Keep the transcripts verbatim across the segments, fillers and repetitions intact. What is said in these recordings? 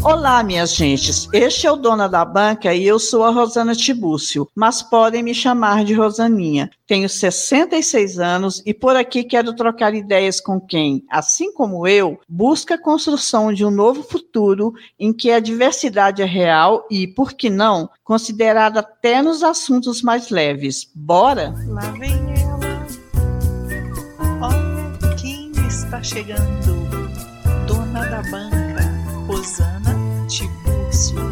Olá, minhas gentes, este é o Dona da Banca e eu sou a Rosana Tibúcio, mas podem me chamar de Rosaninha. Tenho sessenta e seis anos e por aqui quero trocar ideias com quem, assim como eu, busca a construção de um novo futuro em que a diversidade é real e, por que não, considerada até nos assuntos mais leves. Bora? Lá vem ela, olha quem está chegando, Dona da Banca, Rosana Tibúcio.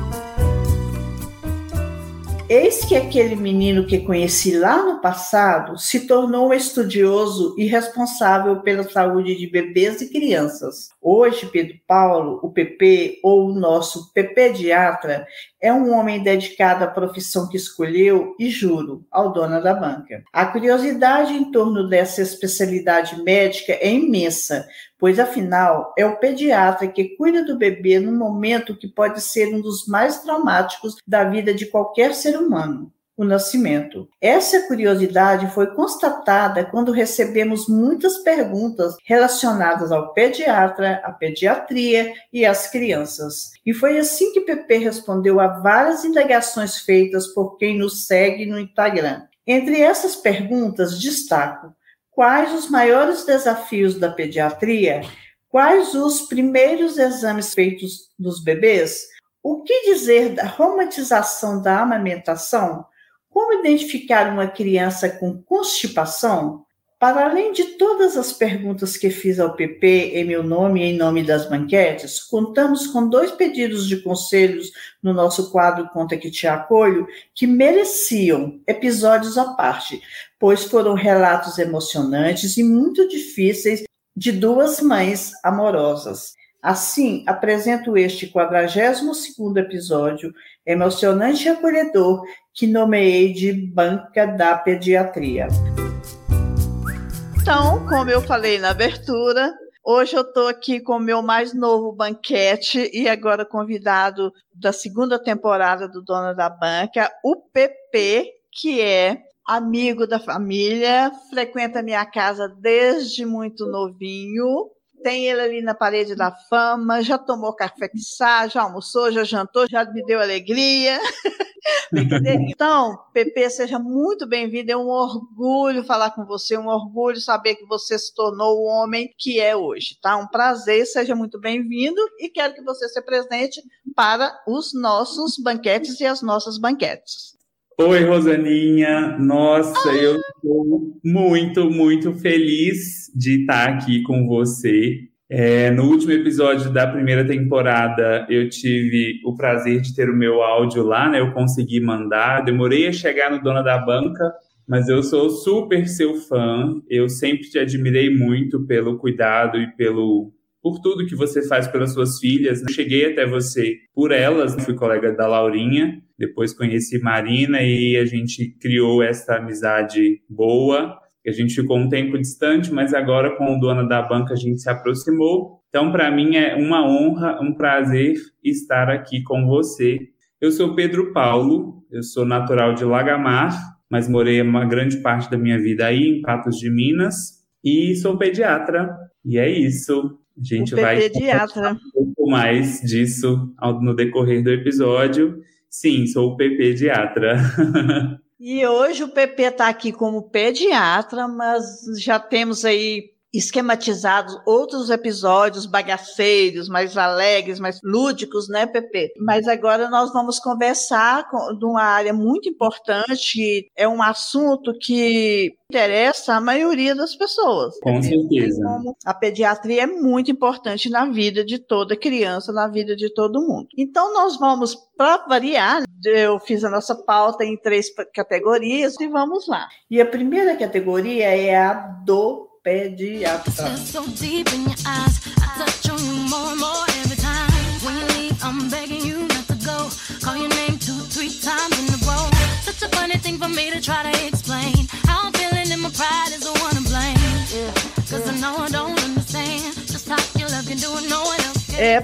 Eis que aquele menino que conheci lá no passado se tornou um estudioso e responsável pela saúde de bebês e crianças. Hoje, Pedro Paulo, o P P, ou o nosso pepediatra, é um homem dedicado à profissão que escolheu e, juro, ao Dona da Banca. A curiosidade em torno dessa especialidade médica é imensa, pois, afinal, é o pediatra que cuida do bebê num momento que pode ser um dos mais traumáticos da vida de qualquer ser humano, o nascimento. Essa curiosidade foi constatada quando recebemos muitas perguntas relacionadas ao pediatra, à pediatria e às crianças. E foi assim que P P respondeu a várias indagações feitas por quem nos segue no Instagram. Entre essas perguntas, destaco: quais os maiores desafios da pediatria? Quais os primeiros exames feitos nos bebês? O que dizer da romantização da amamentação? Como identificar uma criança com constipação? Para além de todas as perguntas que fiz ao P P em meu nome e em nome das banquetes, contamos com dois pedidos de conselhos no nosso quadro Conta que Te Acolho que mereciam episódios à parte, pois foram relatos emocionantes e muito difíceis de duas mães amorosas. Assim, apresento este quadragésimo segundo episódio, emocionante e acolhedor, que nomeei de Banca da Pediatria. Então, como eu falei na abertura, hoje eu estou aqui com o meu mais novo banquete e agora convidado da segunda temporada do Dona da Banca, o P P, que é amigo da família, frequenta a minha casa desde muito novinho. Tem ele ali na parede da fama, já tomou café com chá, já almoçou, já jantou, já me deu alegria. Então, P P, seja muito bem-vindo, é um orgulho falar com você, um orgulho saber que você se tornou o homem que é hoje, tá? Um prazer, seja muito bem-vindo e quero que você se apresente para os nossos banquetes e as nossas banquetes. Oi, Rosaninha, nossa, ah. eu estou muito, muito feliz de estar aqui com você. É, no último episódio da primeira temporada, eu tive o prazer de ter o meu áudio lá, né? Eu consegui mandar, demorei a chegar no Dona da Banca, mas eu sou super seu fã. Eu sempre te admirei muito pelo cuidado e pelo... por tudo que você faz pelas suas filhas. Eu cheguei até você por elas, fui colega da Laurinha, depois conheci Marina e a gente criou essa amizade boa. A gente ficou um tempo distante, mas agora com o Dona da Banca a gente se aproximou. Então, para mim é uma honra, um prazer estar aqui com você. Eu sou Pedro Paulo, eu sou natural de Lagamar, mas morei uma grande parte da minha vida aí em Patos de Minas e sou pediatra. E é isso. A gente vai falar um pouco mais disso no decorrer do episódio. Sim, sou o pediatra. E hoje o P P está aqui como pediatra, mas já temos aí esquematizados outros episódios bagaceiros, mais alegres, mais lúdicos, né, P P? Mas agora nós vamos conversar com, de uma área muito importante, é um assunto que interessa a maioria das pessoas. Com certeza. A pediatria é muito importante na vida de toda criança, na vida de todo mundo. Então nós vamos, para variar, eu fiz a nossa pauta em três categorias e vamos lá. E a primeira categoria é a do pediatra. É, a primeira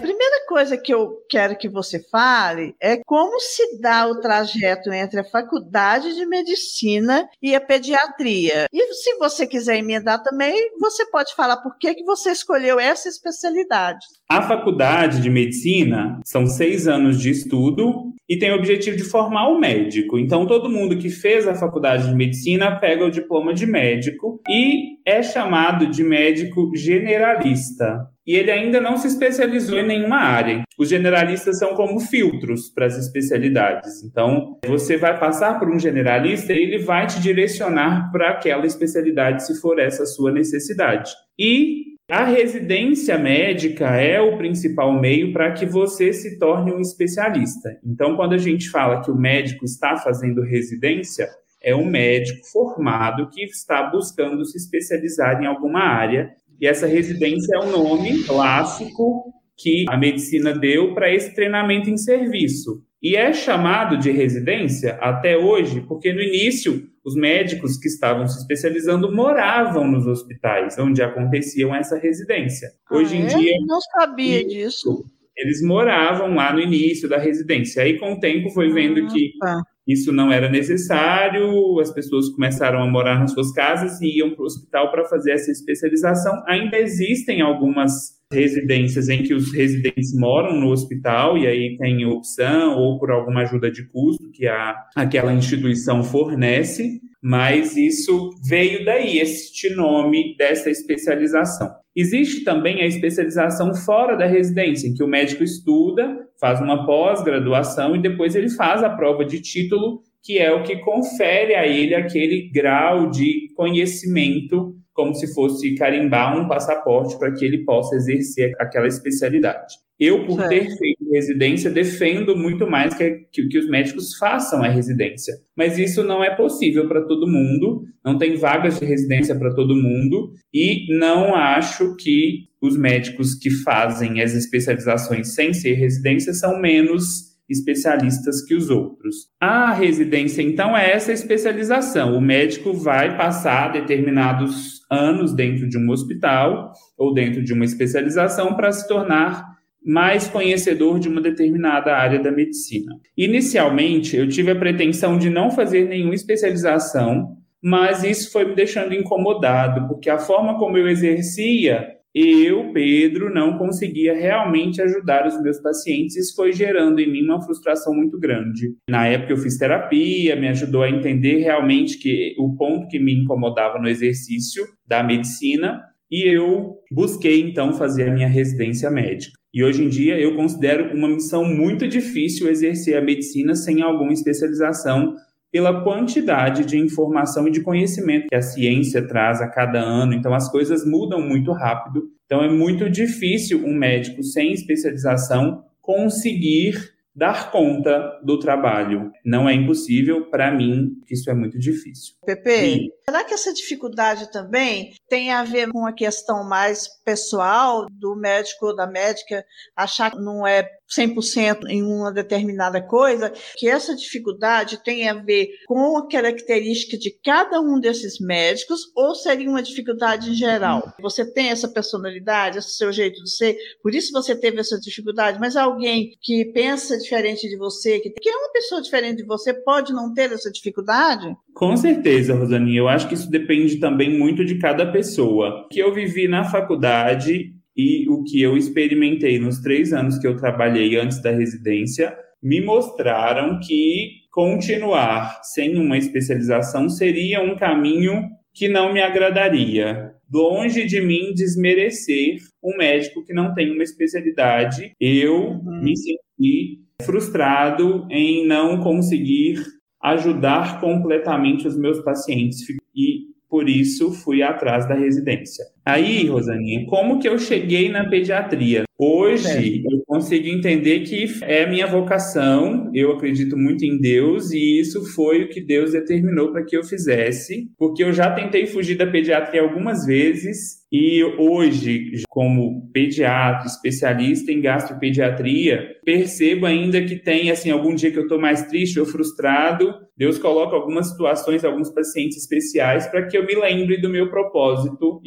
coisa que eu quero que você fale é como se dá o trajeto entre a faculdade de medicina e a pediatria. E se você quiser emendar também, você pode falar por que, que você escolheu essa especialidade. A faculdade de medicina são seis anos de estudo e tem o objetivo de formar o médico. Então, todo mundo que fez a faculdade de medicina pega o diploma de médico e é chamado de médico generalista. E ele ainda não se especializou em nenhuma área. Os generalistas são como filtros para as especialidades. Então, você vai passar por um generalista e ele vai te direcionar para aquela especialidade, se for essa a sua necessidade. E a residência médica é o principal meio para que você se torne um especialista. Então, quando a gente fala que o médico está fazendo residência, é um médico formado que está buscando se especializar em alguma área. E essa residência é o nome clássico que a medicina deu para esse treinamento em serviço. E é chamado de residência até hoje, porque no início os médicos que estavam se especializando moravam nos hospitais, onde aconteciam essa residência. Hoje ah, em é? dia... Não sabia isso, disso. Eles moravam lá no início da residência. Aí, com o tempo, foi vendo ah, que tá. isso não era necessário, as pessoas começaram a morar nas suas casas e iam para o hospital para fazer essa especialização. Ainda existem algumas residências em que os residentes moram no hospital e aí tem opção ou por alguma ajuda de custo que a, aquela instituição fornece, mas isso veio daí, este nome dessa especialização. Existe também a especialização fora da residência, em que o médico estuda, faz uma pós-graduação e depois ele faz a prova de título, que é o que confere a ele aquele grau de conhecimento, como se fosse carimbar um passaporte para que ele possa exercer aquela especialidade. Eu, por é. ter feito residência, defendo muito mais que, que, que os médicos façam a residência. Mas isso não é possível para todo mundo, não tem vagas de residência para todo mundo, e não acho que os médicos que fazem as especializações sem ser residência são menos especialistas que os outros. A residência, então, é essa especialização. O médico vai passar determinados anos dentro de um hospital ou dentro de uma especialização para se tornar mais conhecedor de uma determinada área da medicina. Inicialmente, eu tive a pretensão de não fazer nenhuma especialização, mas isso foi me deixando incomodado, porque a forma como eu exercia, eu, Pedro, não conseguia realmente ajudar os meus pacientes. Isso foi gerando em mim uma frustração muito grande. Na época eu fiz terapia, me ajudou a entender realmente que o ponto que me incomodava no exercício da medicina, e eu busquei, então, fazer a minha residência médica. E hoje em dia eu considero uma missão muito difícil exercer a medicina sem alguma especialização, pela quantidade de informação e de conhecimento que a ciência traz a cada ano. Então, as coisas mudam muito rápido. Então, é muito difícil um médico sem especialização conseguir dar conta do trabalho. Não é impossível, para mim, isso é muito difícil. Pepe, e... será que essa dificuldade também tem a ver com a questão mais pessoal do médico ou da médica achar que não é cem por cento em uma determinada coisa, que essa dificuldade tem a ver com a característica de cada um desses médicos, ou seria uma dificuldade em geral? Você tem essa personalidade, esse seu jeito de ser, por isso você teve essa dificuldade, mas alguém que pensa diferente de você, que é uma pessoa diferente de você, pode não ter essa dificuldade? Com certeza, Rosaninha. Eu acho que isso depende também muito de cada pessoa. O que eu vivi na faculdade e o que eu experimentei nos três anos que eu trabalhei antes da residência me mostraram que continuar sem uma especialização seria um caminho que não me agradaria. Longe de mim desmerecer um médico que não tem uma especialidade, eu uhum. me senti frustrado em não conseguir ajudar completamente os meus pacientes e por isso fui atrás da residência. Aí, Rosaninha, como que eu cheguei na pediatria? Hoje, é. eu consigo entender que é a minha vocação, eu acredito muito em Deus, e isso foi o que Deus determinou para que eu fizesse, porque eu já tentei fugir da pediatria algumas vezes, e hoje, como pediatra, especialista em gastropediatria, percebo ainda que tem, assim, algum dia que eu estou mais triste ou frustrado, Deus coloca algumas situações, alguns pacientes especiais, para que eu me lembre do meu propósito e do porquê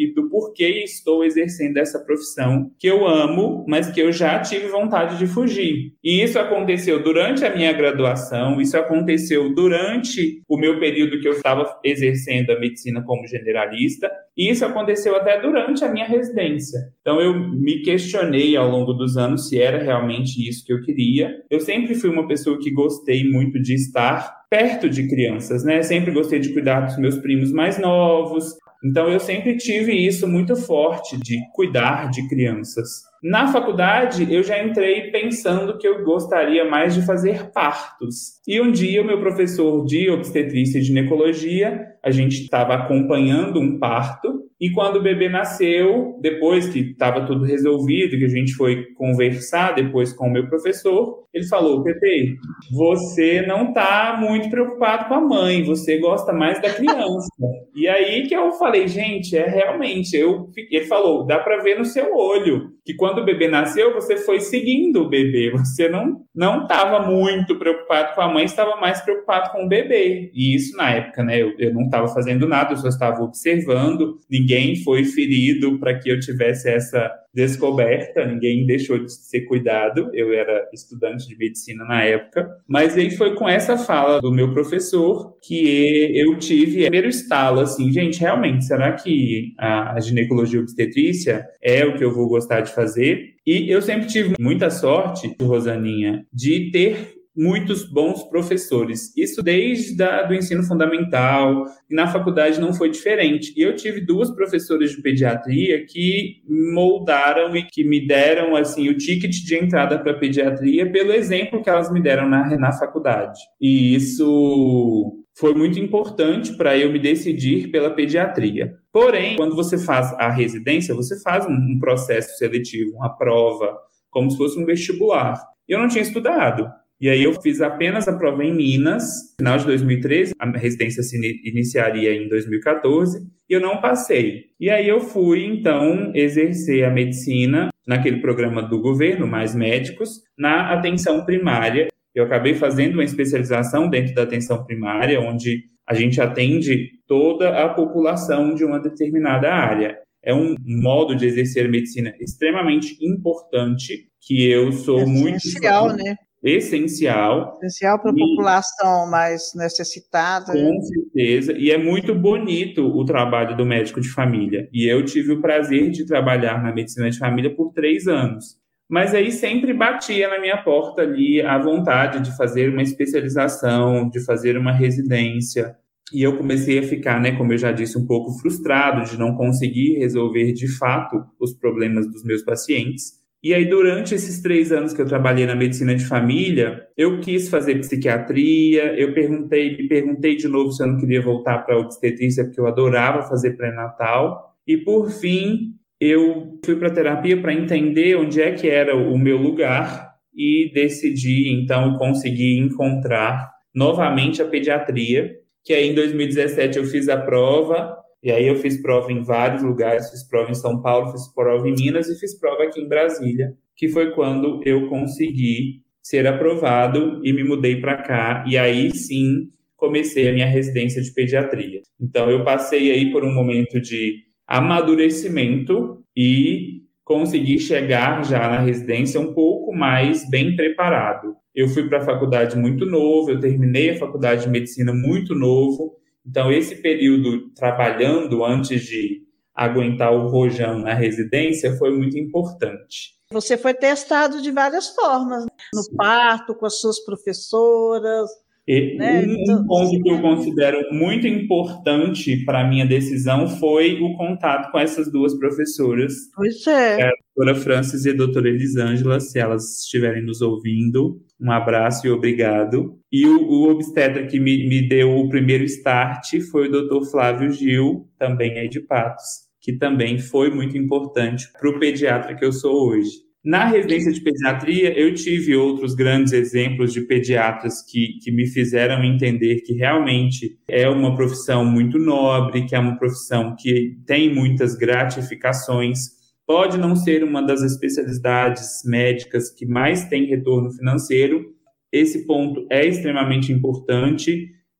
por que estou exercendo essa profissão que eu amo, mas que eu já tive vontade de fugir. E isso aconteceu durante a minha graduação, isso aconteceu durante o meu período que eu estava exercendo a medicina como generalista, e isso aconteceu até durante a minha residência. Então eu me questionei ao longo dos anos se era realmente isso que eu queria. Eu sempre fui uma pessoa que gostei muito de estar perto de crianças, né? Sempre gostei de cuidar dos meus primos mais novos. Então eu sempre tive isso muito forte de cuidar de crianças. Na faculdade, eu já entrei pensando que eu gostaria mais de fazer partos. E um dia, o meu professor de obstetrícia e ginecologia, a gente estava acompanhando um parto, e quando o bebê nasceu, depois que estava tudo resolvido, que a gente foi conversar depois com o meu professor, ele falou: Pepe, você não está muito preocupado com a mãe, você gosta mais da criança. E aí que eu falei, gente, é realmente, eu, ele falou, dá para ver no seu olho, que quando o bebê nasceu, você foi seguindo o bebê, você não não estava muito preocupado com a mãe, estava mais preocupado com o bebê. E isso na época, né, eu, eu não estava fazendo nada, eu só estava observando, ninguém foi ferido para que eu tivesse essa descoberta, ninguém deixou de ser cuidado, eu era estudante de medicina na época, mas aí foi com essa fala do meu professor que eu tive o primeiro estalo, assim, gente, realmente, será que a, a ginecologia e obstetrícia é o que eu vou gostar de fazer? E eu sempre tive muita sorte, Rosaninha, de ter muitos bons professores. Isso desde a, do ensino fundamental, e na faculdade não foi diferente. E eu tive duas professoras de pediatria que moldaram e que me deram assim, o ticket de entrada para a pediatria pelo exemplo que elas me deram na, na faculdade. E isso foi muito importante para eu me decidir pela pediatria. Porém, quando você faz a residência, você faz um, um processo seletivo, uma prova, como se fosse um vestibular. Eu não tinha estudado. E aí eu fiz apenas a prova em Minas, no final de dois mil e treze, a residência se iniciaria em dois mil e catorze, e eu não passei. E aí eu fui, então, exercer a medicina naquele programa do governo, Mais Médicos, na atenção primária. Eu acabei fazendo uma especialização dentro da atenção primária, onde a gente atende toda a população de uma determinada área. É um modo de exercer a medicina extremamente importante, que eu sou Essencial, muito... Essencial, né? Essencial. Essencial para a população mais necessitada. Com certeza. E é muito bonito o trabalho do médico de família. E eu tive o prazer de trabalhar na medicina de família por três anos. Mas aí sempre batia na minha porta ali a vontade de fazer uma especialização, de fazer uma residência. E eu comecei a ficar, né, como eu já disse, um pouco frustrado de não conseguir resolver de fato os problemas dos meus pacientes. E aí, durante esses três anos que eu trabalhei na medicina de família, eu quis fazer psiquiatria, eu perguntei, me perguntei de novo se eu não queria voltar para a obstetrícia, porque eu adorava fazer pré-natal. E, por fim, eu fui para a terapia para entender onde é que era o meu lugar e decidi, então, conseguir encontrar novamente a pediatria, que aí em dois mil e dezessete eu fiz a prova. E aí eu fiz prova em vários lugares, fiz prova em São Paulo, fiz prova em Minas e fiz prova aqui em Brasília, que foi quando eu consegui ser aprovado e me mudei para cá. E aí sim comecei a minha residência de pediatria. Então eu passei aí por um momento de amadurecimento e consegui chegar já na residência um pouco mais bem preparado. Eu fui para a faculdade muito novo, eu terminei a faculdade de medicina muito novo. Então, esse período trabalhando antes de aguentar o rojão na residência foi muito importante. Você foi testado de várias formas, no parto, com as suas professoras. E né? um, então... um ponto que eu considero muito importante para a minha decisão foi o contato com essas duas professoras. Pois é. A doutora Francis e a doutora Elisângela, se elas estiverem nos ouvindo, um abraço e obrigado. E o, o obstetra que me, me deu o primeiro start foi o doutor Flávio Gil, também aí de Patos, que também foi muito importante para o pediatra que eu sou hoje. Na residência de pediatria, eu tive outros grandes exemplos de pediatras que, que me fizeram entender que realmente é uma profissão muito nobre, que é uma profissão que tem muitas gratificações. Pode não ser uma das especialidades médicas que mais tem retorno financeiro. Esse ponto é extremamente importante.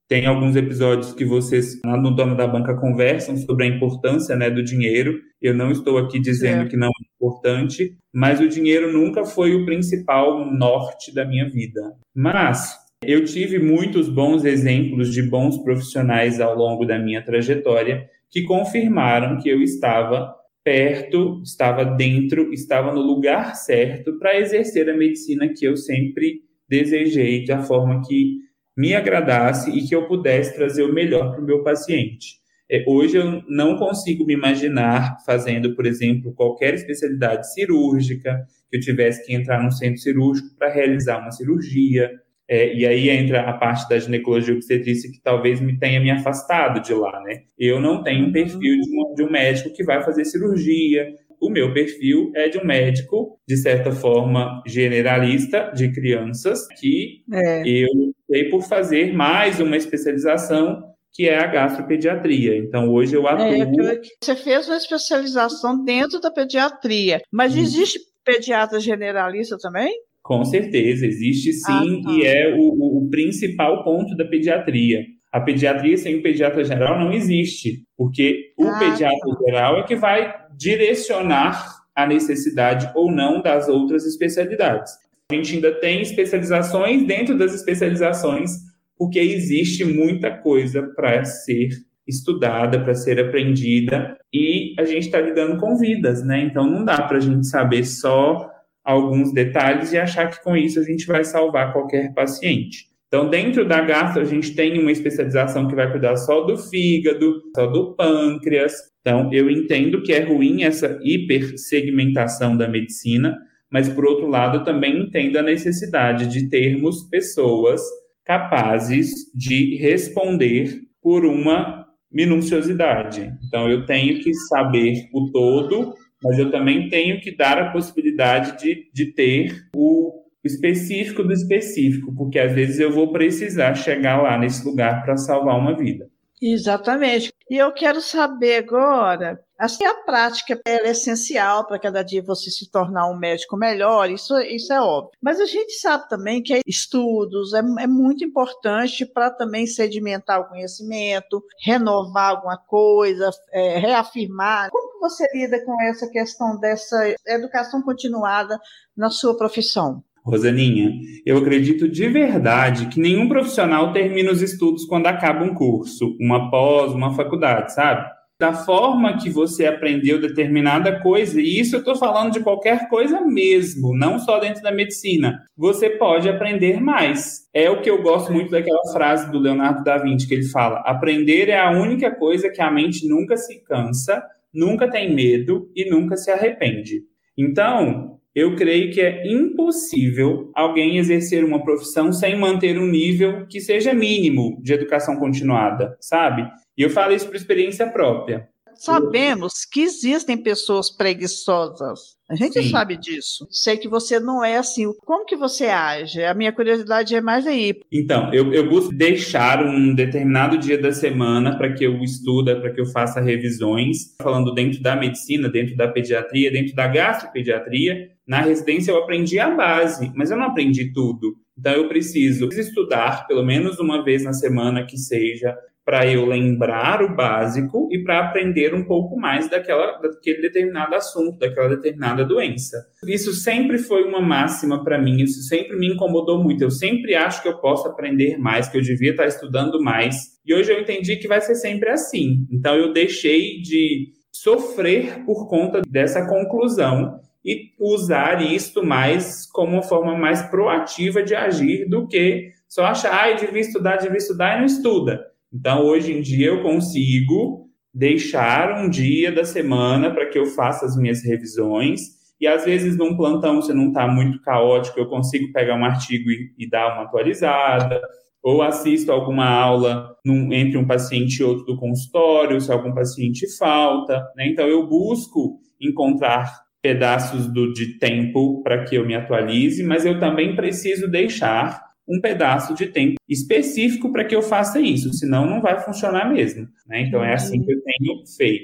Tem alguns episódios que vocês, lá no Dono da Banca, conversam sobre a importância, né, do dinheiro. Eu não estou aqui dizendo é. que não é importante, mas o dinheiro nunca foi o principal norte da minha vida. Mas eu tive muitos bons exemplos de bons profissionais ao longo da minha trajetória que confirmaram que eu estava perto, estava dentro, estava no lugar certo para exercer a medicina que eu sempre desejei, da forma que me agradasse e que eu pudesse trazer o melhor para o meu paciente. É, hoje eu não consigo me imaginar fazendo, por exemplo, qualquer especialidade cirúrgica, que eu tivesse que entrar num centro cirúrgico para realizar uma cirurgia. É, e aí entra a parte da ginecologia e obstetrícia que talvez me tenha me afastado de lá, né? Eu não tenho um perfil de, uma, de um médico que vai fazer cirurgia. O meu perfil é de um médico, de certa forma, generalista de crianças, que é. eu optei por fazer mais uma especialização, que é a gastropediatria. Então, hoje eu atuo... É, você fez uma especialização dentro da pediatria, mas hum. existe pediatra generalista também? Com certeza, existe sim, ah, tá. e é o, o, o principal ponto da pediatria. A pediatria sem o pediatra geral não existe, porque o ah, pediatra tá. geral é que vai direcionar a necessidade ou não das outras especialidades. A gente ainda tem especializações dentro das especializações, porque existe muita coisa para ser estudada, para ser aprendida, e a gente está lidando com vidas, né? Então não dá para a gente saber só alguns detalhes e achar que com isso a gente vai salvar qualquer paciente. Então, dentro da gastro, a gente tem uma especialização que vai cuidar só do fígado, só do pâncreas. Então, eu entendo que é ruim essa hipersegmentação da medicina, mas, por outro lado, eu também entendo a necessidade de termos pessoas capazes de responder por uma minuciosidade. Então, eu tenho que saber o todo, mas eu também tenho que dar a possibilidade de, de ter o específico do específico, porque às vezes eu vou precisar chegar lá nesse lugar para salvar uma vida. Exatamente. E eu quero saber agora, assim, a prática ela é essencial para cada dia você se tornar um médico melhor, isso, isso é óbvio. Mas a gente sabe também que estudos é, é muito importante para também sedimentar o conhecimento, renovar alguma coisa, é, reafirmar. Como que você lida com essa questão dessa educação continuada na sua profissão? Rosaninha, eu acredito de verdade que nenhum profissional termina os estudos quando acaba um curso, uma pós, uma faculdade, sabe? Da forma que você aprendeu determinada coisa, e isso eu estou falando de qualquer coisa mesmo, não só dentro da medicina, você pode aprender mais. É o que eu gosto muito daquela frase do Leonardo da Vinci, que ele fala: aprender é a única coisa que a mente nunca se cansa, nunca tem medo e nunca se arrepende. Então, eu creio que é impossível alguém exercer uma profissão sem manter um nível que seja mínimo de educação continuada, sabe? E eu falo isso por experiência própria. Sabemos que existem pessoas preguiçosas. A gente Sim. sabe disso. Sei que você não é assim. Como que você age? A minha curiosidade é mais aí. Então, eu, eu busco deixar um determinado dia da semana para que eu estude, para que eu faça revisões. Falando dentro da medicina, dentro da pediatria, dentro da gastropediatria. Na residência eu aprendi a base, mas eu não aprendi tudo. Então eu preciso estudar pelo menos uma vez na semana que seja, para eu lembrar o básico e para aprender um pouco mais daquela, daquele determinado assunto, daquela determinada doença. Isso sempre foi uma máxima para mim, isso sempre me incomodou muito. Eu sempre acho que eu posso aprender mais, que eu devia estar estudando mais. E hoje eu entendi que vai ser sempre assim. Então eu deixei de sofrer por conta dessa conclusão e usar isto mais como uma forma mais proativa de agir do que só achar, ah, eu devia estudar, devia estudar e não estuda. Então, hoje em dia, eu consigo deixar um dia da semana para que eu faça as minhas revisões. E, às vezes, num plantão, você não está muito caótico, eu consigo pegar um artigo e, e dar uma atualizada. Ou assisto alguma aula num, entre um paciente e outro do consultório, se algum paciente falta, né? Então, eu busco encontrar pedaços do, de tempo para que eu me atualize, mas eu também preciso deixar um pedaço de tempo específico para que eu faça isso, senão não vai funcionar mesmo, né? Então, é assim que eu tenho feito.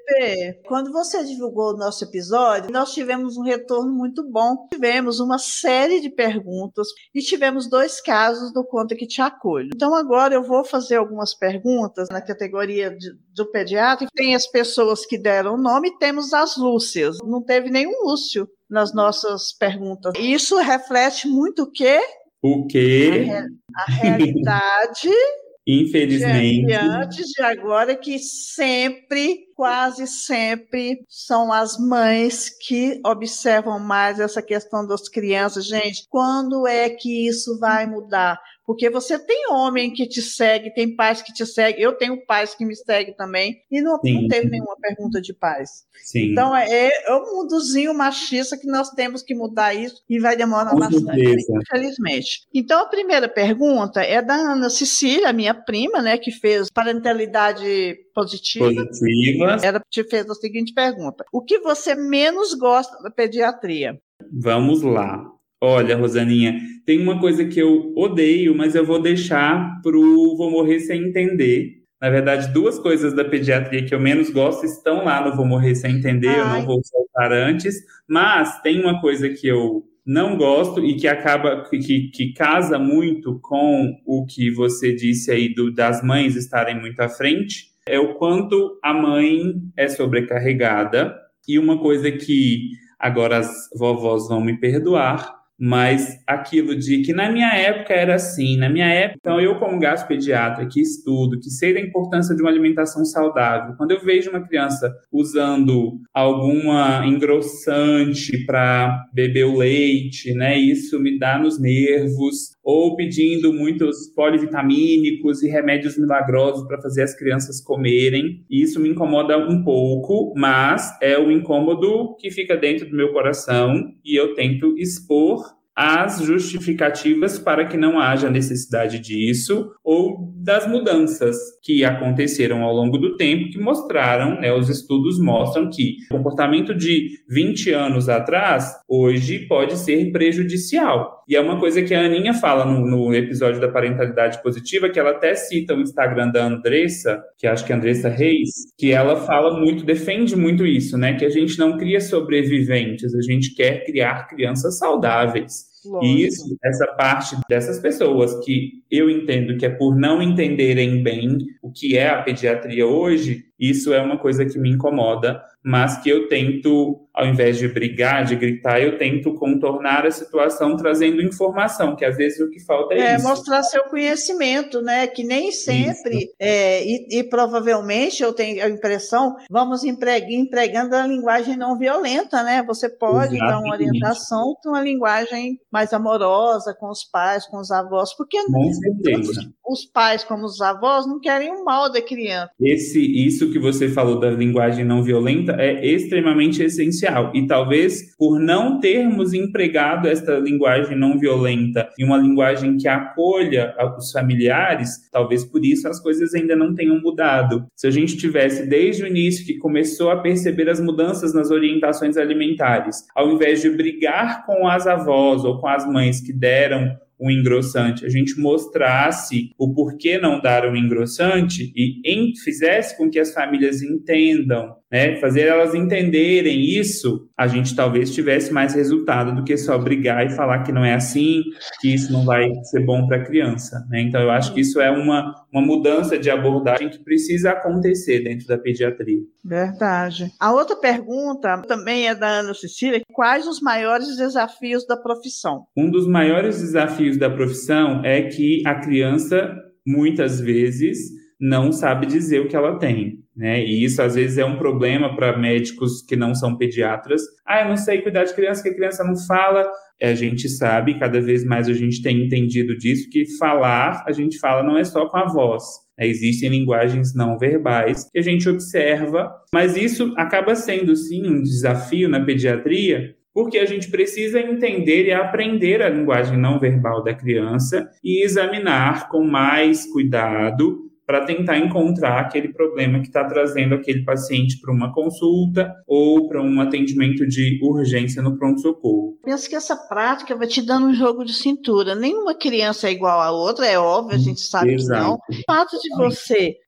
Pepe, quando você divulgou o nosso episódio, nós tivemos um retorno muito bom. Tivemos uma série de perguntas e tivemos dois casos do Conta que Te Acolho. Então agora eu vou fazer algumas perguntas na categoria de, do pediatra. Tem as pessoas que deram o nome e temos as Lúcias. Não teve nenhum Lúcio nas nossas perguntas. Isso reflete muito o quê? O quê? A, re- a realidade... Infelizmente. De antes de agora, que sempre, quase sempre, são as mães que observam mais essa questão das crianças. Gente, quando é que isso vai mudar? Porque você tem homem que te segue, tem pais que te seguem, eu tenho pais que me seguem também, e não, não teve nenhuma pergunta de pais. Sim. Então, é, é um mundozinho machista que nós temos que mudar isso, e vai demorar Com bastante, certeza. infelizmente. Então, a primeira pergunta é da Ana Cecília, minha prima, né, que fez parentalidade positiva. Positiva. Ela te fez a seguinte pergunta: o que você menos gosta da pediatria? Vamos lá. Olha, Rosaninha, tem uma coisa que eu odeio, mas eu vou deixar pro Vou Morrer Sem Entender. Na verdade, duas coisas da pediatria que eu menos gosto estão lá no Vou Morrer Sem Entender, Ai. Eu não vou soltar antes, mas tem uma coisa que eu não gosto e que acaba, que, que casa muito com o que você disse aí do, das mães estarem muito à frente, é o quanto a mãe é sobrecarregada. E uma coisa que agora as vovós vão me perdoar, mas aquilo de que na minha época era assim, na minha época, então eu como gastropediatra que estudo, que sei da importância de uma alimentação saudável, quando eu vejo uma criança usando alguma engrossante para beber o leite, né, isso me dá nos nervos, ou pedindo muitos polivitamínicos e remédios milagrosos para fazer as crianças comerem, isso me incomoda um pouco, mas é o incômodo que fica dentro do meu coração e eu tento expor as justificativas para que não haja necessidade disso ou das mudanças que aconteceram ao longo do tempo, que mostraram, né, os estudos mostram que o comportamento de vinte anos atrás, hoje pode ser prejudicial. E é uma coisa que a Aninha fala no, no episódio da parentalidade positiva, que ela até cita o Instagram da Andressa, que acho que é Andressa Reis, que ela fala muito, defende muito isso, né, que a gente não cria sobreviventes, a gente quer criar crianças saudáveis. Lógico. E isso, essa parte dessas pessoas que eu entendo que é por não entenderem bem o que é a pediatria hoje, isso é uma coisa que me incomoda, mas que eu tento, ao invés de brigar, de gritar, eu tento contornar a situação trazendo informação, que às vezes o que falta é, é isso. É mostrar seu conhecimento, né? Que nem sempre, é, e, e provavelmente, eu tenho a impressão, vamos empregando a linguagem não violenta, né? Você pode Exatamente. Dar uma orientação com uma linguagem mais amorosa com os pais, com os avós, porque tanto os pais como os avós não querem o mal da criança. Esse, isso que você falou da linguagem não violenta é extremamente essencial. E talvez por não termos empregado esta linguagem não violenta em uma linguagem que acolha os familiares, talvez por isso as coisas ainda não tenham mudado. Se a gente tivesse desde o início que começou a perceber as mudanças nas orientações alimentares, ao invés de brigar com as avós ou com as mães que deram um engrossante, a gente mostrasse o porquê não dar um engrossante e em, fizesse com que as famílias entendam, né, fazer elas entenderem isso, a gente talvez tivesse mais resultado do que só brigar e falar que não é assim, que isso não vai ser bom para a criança, né? Então eu acho que isso é uma, uma mudança de abordagem que precisa acontecer dentro da pediatria. Verdade. A outra pergunta também é da Ana Cecília: quais os maiores desafios da profissão? Um dos maiores desafios da profissão é que a criança, muitas vezes, não sabe dizer o que ela tem, né? E isso, às vezes, é um problema para médicos que não são pediatras. Ah, eu não sei cuidar de criança, que a criança não fala. A gente sabe, cada vez mais a gente tem entendido disso, que falar, a gente fala não é só com a voz. Existem linguagens não verbais que a gente observa, mas isso acaba sendo, sim, um desafio na pediatria, porque a gente precisa entender e aprender a linguagem não verbal da criança e examinar com mais cuidado para tentar encontrar aquele problema que está trazendo aquele paciente para uma consulta ou para um atendimento de urgência no pronto-socorro. Penso que essa prática vai te dando um jogo de cintura. Nenhuma criança é igual à outra, é óbvio, a gente sabe Exato. Que não. O fato de você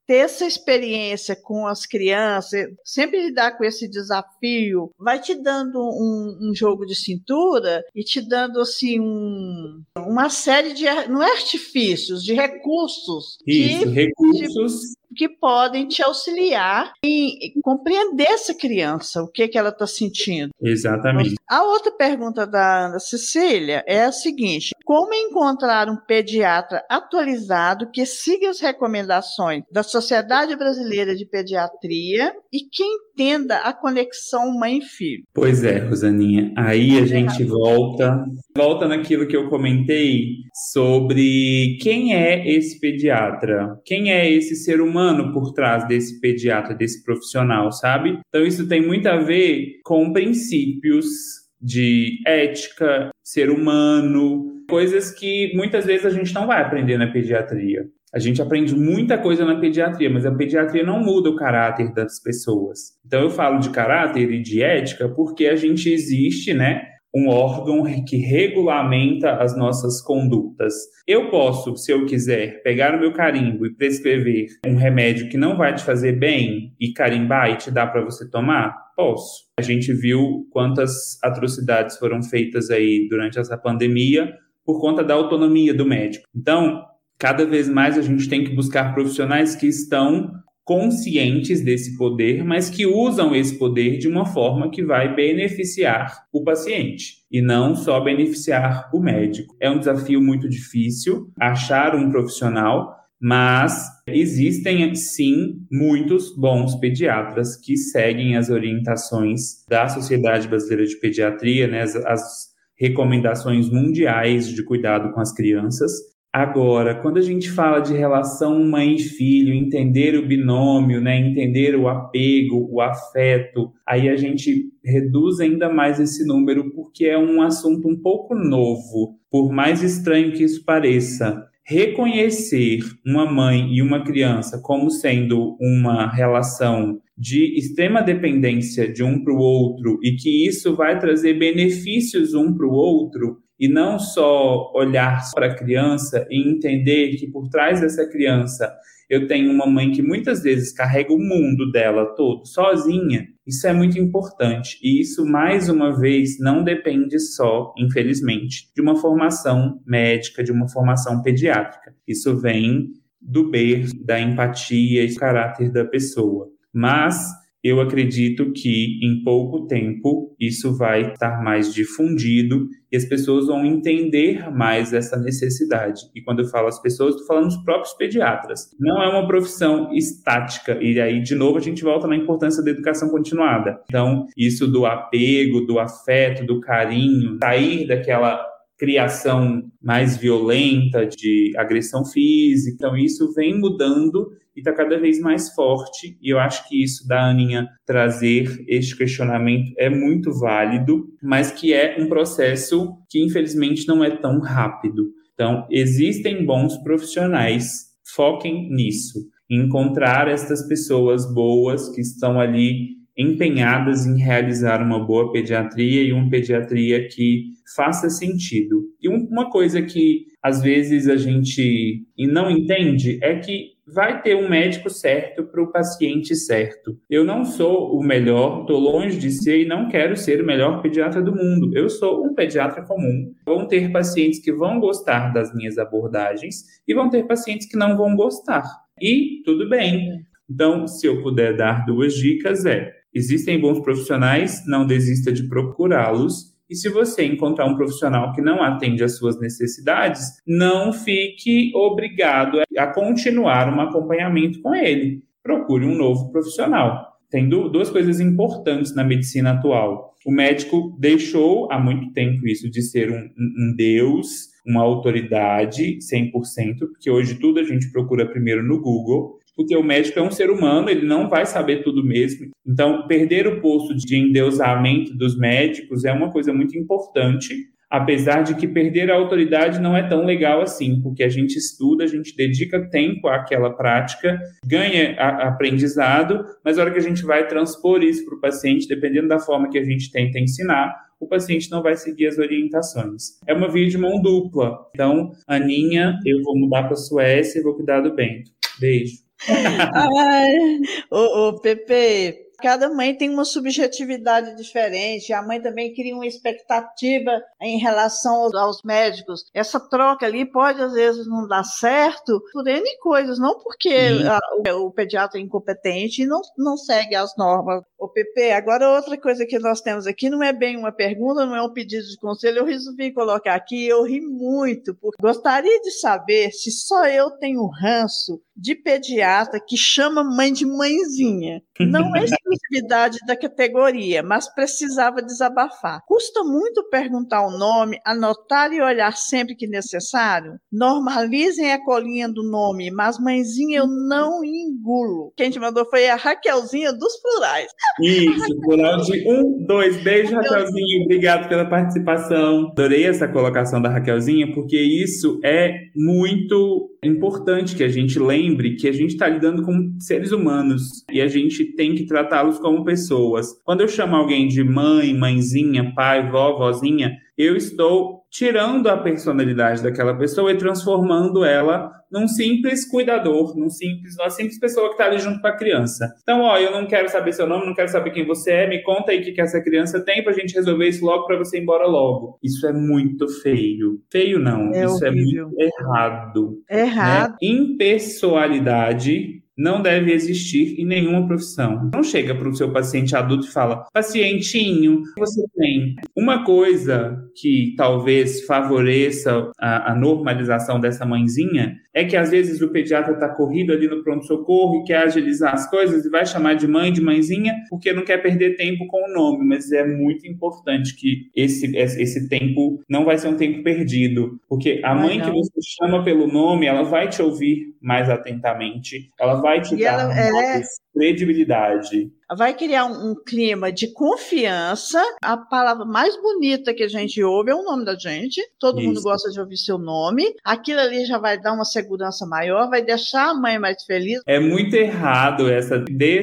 ter essa experiência com as crianças, sempre lidar com esse desafio, vai te dando um, um jogo de cintura e te dando assim um, uma série de, não é artifícios, de recursos. Isso, que, recursos. De, que podem te auxiliar em compreender essa criança, o que, que ela está sentindo. Exatamente. A outra pergunta da Ana Cecília é a seguinte: como encontrar um pediatra atualizado que siga as recomendações da Sociedade Brasileira de Pediatria e que entenda a conexão mãe-filho? Pois é, Rosaninha, aí a gente volta, volta naquilo que eu comentei sobre quem é esse pediatra, quem é esse ser humano por trás desse pediatra, desse profissional, sabe? Então isso tem muito a ver com princípios de ética, ser humano, coisas que muitas vezes a gente não vai aprender na pediatria. A gente aprende muita coisa na pediatria, mas a pediatria não muda o caráter das pessoas. Então eu falo de caráter e de ética porque a gente existe, né, um órgão que regulamenta as nossas condutas. Eu posso, se eu quiser, pegar o meu carimbo e prescrever um remédio que não vai te fazer bem e carimbar e te dar para você tomar? Posso. A gente viu quantas atrocidades foram feitas aí durante essa pandemia por conta da autonomia do médico. Então, cada vez mais a gente tem que buscar profissionais que estão conscientes desse poder, mas que usam esse poder de uma forma que vai beneficiar o paciente e não só beneficiar o médico. É um desafio muito difícil achar um profissional, mas existem, sim, muitos bons pediatras que seguem as orientações da Sociedade Brasileira de Pediatria, né, as, as recomendações mundiais de cuidado com as crianças. Agora, quando a gente fala de relação mãe e filho, entender o binômio, né, entender o apego, o afeto, aí a gente reduz ainda mais esse número porque é um assunto um pouco novo, por mais estranho que isso pareça. Reconhecer uma mãe e uma criança como sendo uma relação de extrema dependência de um para o outro e que isso vai trazer benefícios um para o outro, e não só olhar para a criança e entender que por trás dessa criança eu tenho uma mãe que muitas vezes carrega o mundo dela todo sozinha, isso é muito importante. E isso, mais uma vez, não depende só, infelizmente, de uma formação médica, de uma formação pediátrica. Isso vem do berço, da empatia e do caráter da pessoa. Mas eu acredito que em pouco tempo isso vai estar mais difundido e as pessoas vão entender mais essa necessidade. E quando eu falo as pessoas, estou falando dos próprios pediatras. Não é uma profissão estática. E aí, de novo, a gente volta na importância da educação continuada. Então, isso do apego, do afeto, do carinho, sair daquela criação mais violenta, de agressão física. Então, isso vem mudando e está cada vez mais forte. E eu acho que isso da Aninha trazer este questionamento é muito válido, mas que é um processo que, infelizmente, não é tão rápido. Então, existem bons profissionais. Foquem nisso. Em encontrar estas pessoas boas que estão ali empenhadas em realizar uma boa pediatria e uma pediatria que faça sentido. E uma coisa que às vezes a gente não entende é que vai ter um médico certo para o paciente certo. Eu não sou o melhor, estou longe de ser e não quero ser o melhor pediatra do mundo. Eu sou um pediatra comum. Vão ter pacientes que vão gostar das minhas abordagens e vão ter pacientes que não vão gostar. E tudo bem. Então, se eu puder dar duas dicas, é: existem bons profissionais, não desista de procurá-los. E se você encontrar um profissional que não atende às suas necessidades, não fique obrigado a continuar um acompanhamento com ele. Procure um novo profissional. Tem duas coisas importantes na medicina atual. O médico deixou há muito tempo isso de ser um, um deus, uma autoridade cem por cento, porque hoje tudo a gente procura primeiro no Google. Porque o médico é um ser humano, ele não vai saber tudo mesmo. Então, perder o posto de endeusamento dos médicos é uma coisa muito importante, apesar de que perder a autoridade não é tão legal assim, porque a gente estuda, a gente dedica tempo àquela prática, ganha a, aprendizado, mas na hora que a gente vai transpor isso para o paciente, dependendo da forma que a gente tenta ensinar, o paciente não vai seguir as orientações. É uma via de mão dupla. Então, Aninha, eu vou mudar para a Suécia e vou cuidar do Bento. Beijo. Ai, ô, ô, Pepe, cada mãe tem uma subjetividade diferente. A mãe também cria uma expectativa em relação aos, aos médicos. Essa troca ali pode, às vezes, não dar certo por N coisas, não porque a, o, o pediatra é incompetente e não, não segue as normas. Ô, Pepe, agora outra coisa que nós temos aqui não é bem uma pergunta, não é um pedido de conselho, eu resolvi colocar aqui, eu ri muito, porque gostaria de saber se só eu tenho ranço de pediatra que chama mãe de mãezinha. Não é exclusividade da categoria, mas precisava desabafar. Custa muito perguntar o nome, anotar e olhar sempre que necessário? Normalizem a colinha do nome, mas mãezinha eu não engulo. Quem te mandou foi a Raquelzinha dos plurais. Isso, plural de um, dois. Beijo, Raquelzinha. Obrigado pela participação. Adorei essa colocação da Raquelzinha, porque isso é muito importante que a gente lembre que a gente está lidando com seres humanos e a gente tem que tratá-los como pessoas. Quando eu chamo alguém de mãe, mãezinha, pai, vó, vozinha, eu estou tirando a personalidade daquela pessoa e transformando ela num simples cuidador, num simples, uma simples pessoa que está ali junto com a criança. Então, ó, eu não quero saber seu nome, não quero saber quem você é, me conta aí o que, que essa criança tem pra gente resolver isso logo pra você ir embora logo. Isso é muito feio. Feio não, é isso horrível. É muito errado. Errado. Né? Impessoalidade não deve existir em nenhuma profissão. Não chega para o seu paciente adulto e fala, pacientinho, você tem. Uma coisa que talvez favoreça a, a normalização dessa mãezinha é que às vezes o pediatra está corrido ali no pronto-socorro e quer agilizar as coisas e vai chamar de mãe, de mãezinha, porque não quer perder tempo com o nome, mas é muito importante que esse, esse tempo não vai ser um tempo perdido, porque a mãe que você chama pelo nome, ela vai te ouvir mais atentamente, ela vai te e dar ela, mais é... credibilidade. Vai criar um, um clima de confiança. A palavra mais bonita que a gente ouve é o nome da gente. Todo Isso. mundo gosta de ouvir seu nome. Aquilo ali já vai dar uma segurança maior, vai deixar a mãe mais feliz. É muito errado essa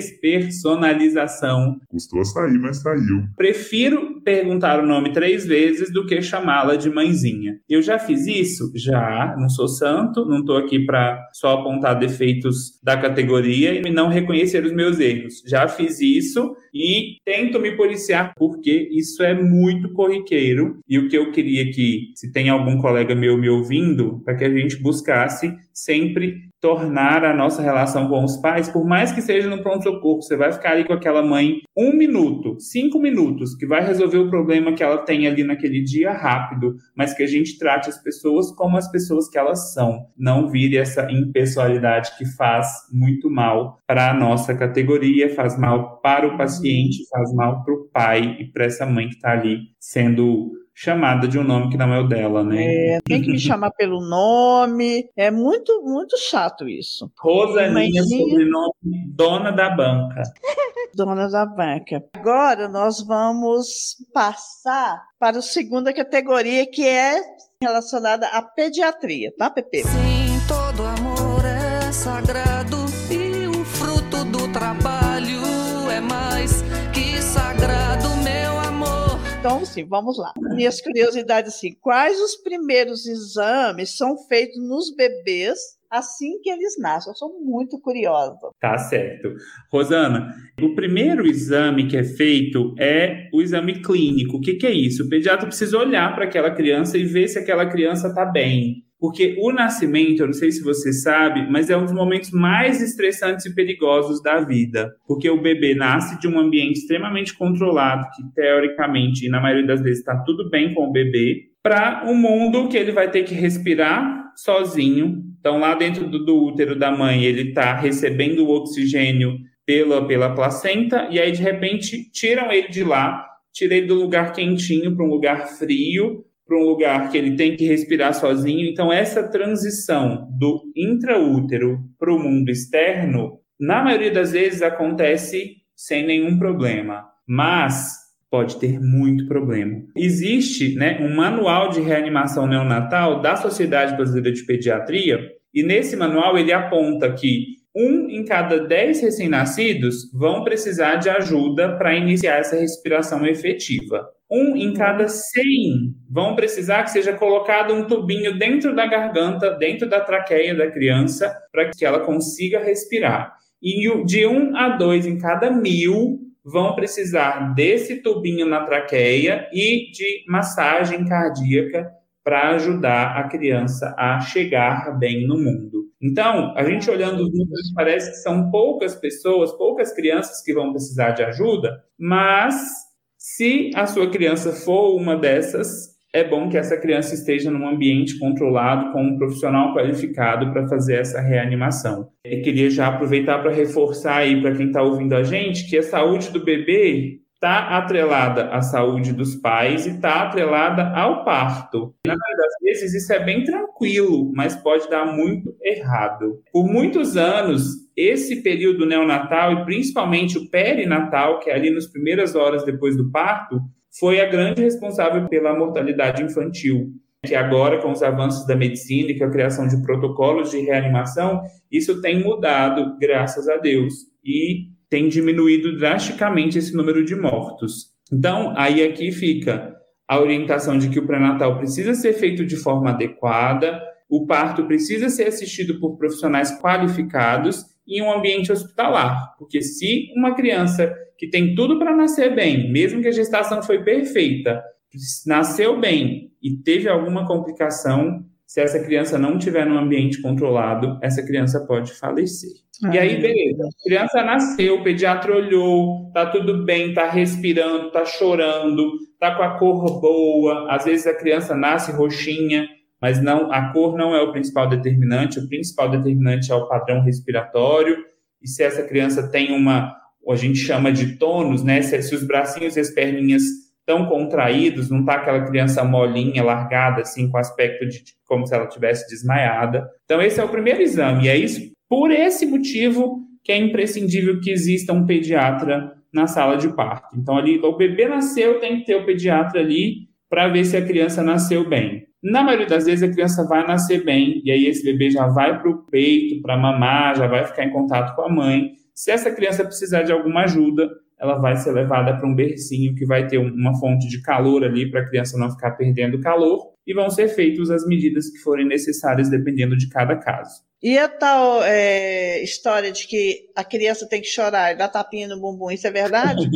despersonalização. Custou a sair, mas saiu. Prefiro perguntar o nome três vezes do que chamá-la de mãezinha. Eu já fiz isso? Já. Não sou santo, não estou aqui para só apontar defeitos da categoria e não reconhecer os meus erros. Já fiz isso e tento me policiar porque isso é muito corriqueiro e o que eu queria que, se tem algum colega meu me ouvindo, para que a gente buscasse sempre tornar a nossa relação com os pais, por mais que seja no pronto-socorro, você vai ficar ali com aquela mãe um minuto, cinco minutos, que vai resolver o problema que ela tem ali naquele dia rápido, mas que a gente trate as pessoas como as pessoas que elas são. Não vire essa impessoalidade que faz muito mal para a nossa categoria, faz mal para o paciente, faz mal para o pai e para essa mãe que está ali sendo chamada de um nome que não é o dela, né? É, tem que me chamar pelo nome. É muito, muito chato isso. Rosaninha, sobrenome Dona da Banca. Dona da Banca. Agora nós vamos passar para a segunda categoria, que é relacionada à pediatria, tá, Pepe? Sim, todo amor é sagrado e o fruto do trabalho é mais que sagrado, meu amor. Então, sim, vamos lá. Minhas curiosidades, assim, quais os primeiros exames são feitos nos bebês assim que eles nascem? Eu sou muito curiosa. Tá certo. Rosana, o primeiro exame que é feito é o exame clínico. O que, que é isso? O pediatra precisa olhar para aquela criança e ver se aquela criança está bem. Porque o nascimento, eu não sei se você sabe, mas é um dos momentos mais estressantes e perigosos da vida. Porque o bebê nasce de um ambiente extremamente controlado, que teoricamente, e na maioria das vezes, está tudo bem com o bebê, para um mundo que ele vai ter que respirar sozinho. Então, lá dentro do, do útero da mãe, ele está recebendo o oxigênio pela, pela placenta, e aí, de repente, tiram ele de lá, tiram ele do lugar quentinho para um lugar frio, para um lugar que ele tem que respirar sozinho. Então, essa transição do intraútero para o mundo externo, na maioria das vezes, acontece sem nenhum problema. Mas pode ter muito problema. Existe, né, um manual de reanimação neonatal da Sociedade Brasileira de Pediatria, e nesse manual ele aponta que um em cada dez recém-nascidos vão precisar de ajuda para iniciar essa respiração efetiva. Um em cada cem vão precisar que seja colocado um tubinho dentro da garganta, dentro da traqueia da criança, para que ela consiga respirar. E de um a dois em cada mil vão precisar desse tubinho na traqueia e de massagem cardíaca para ajudar a criança a chegar bem no mundo. Então, a gente olhando os números, parece que são poucas pessoas, poucas crianças que vão precisar de ajuda, mas se a sua criança for uma dessas, é bom que essa criança esteja num ambiente controlado com um profissional qualificado para fazer essa reanimação. Eu queria já aproveitar para reforçar aí para quem está ouvindo a gente que a saúde do bebê está atrelada à saúde dos pais e está atrelada ao parto. Na maioria das vezes isso é bem tranquilo, mas pode dar muito errado. Por muitos anos, esse período neonatal e principalmente o perinatal, que é ali nas primeiras horas depois do parto, foi a grande responsável pela mortalidade infantil. Que agora, com os avanços da medicina e com a criação de protocolos de reanimação, isso tem mudado, graças a Deus. E tem diminuído drasticamente esse número de mortos. Então, aí aqui fica a orientação de que o pré-natal precisa ser feito de forma adequada, o parto precisa ser assistido por profissionais qualificados em um ambiente hospitalar, porque se uma criança que tem tudo para nascer bem, mesmo que a gestação foi perfeita, nasceu bem e teve alguma complicação, se essa criança não estiver num ambiente controlado, essa criança pode falecer. Ah, e aí, beleza, a criança nasceu, o pediatra olhou, tá tudo bem, tá respirando, tá chorando, tá com a cor boa, às vezes a criança nasce roxinha, mas não, a cor não é o principal determinante, o principal determinante é o padrão respiratório, e se essa criança tem uma, a gente chama de tônus, né, se, se os bracinhos e as perninhas tão contraídos, não tá aquela criança molinha, largada, assim, com aspecto de como se ela tivesse desmaiada. Então, esse é o primeiro exame, e é isso, por esse motivo que é imprescindível que exista um pediatra na sala de parto. Então, ali, o bebê nasceu, tem que ter o pediatra ali para ver se a criança nasceu bem. Na maioria das vezes, a criança vai nascer bem, e aí esse bebê já vai para o peito, para mamar, já vai ficar em contato com a mãe. Se essa criança precisar de alguma ajuda, ela vai ser levada para um bercinho que vai ter uma fonte de calor ali para a criança não ficar perdendo calor e vão ser feitas as medidas que forem necessárias dependendo de cada caso. E a tal é, história de que a criança tem que chorar e dar tapinha no bumbum, isso é verdade?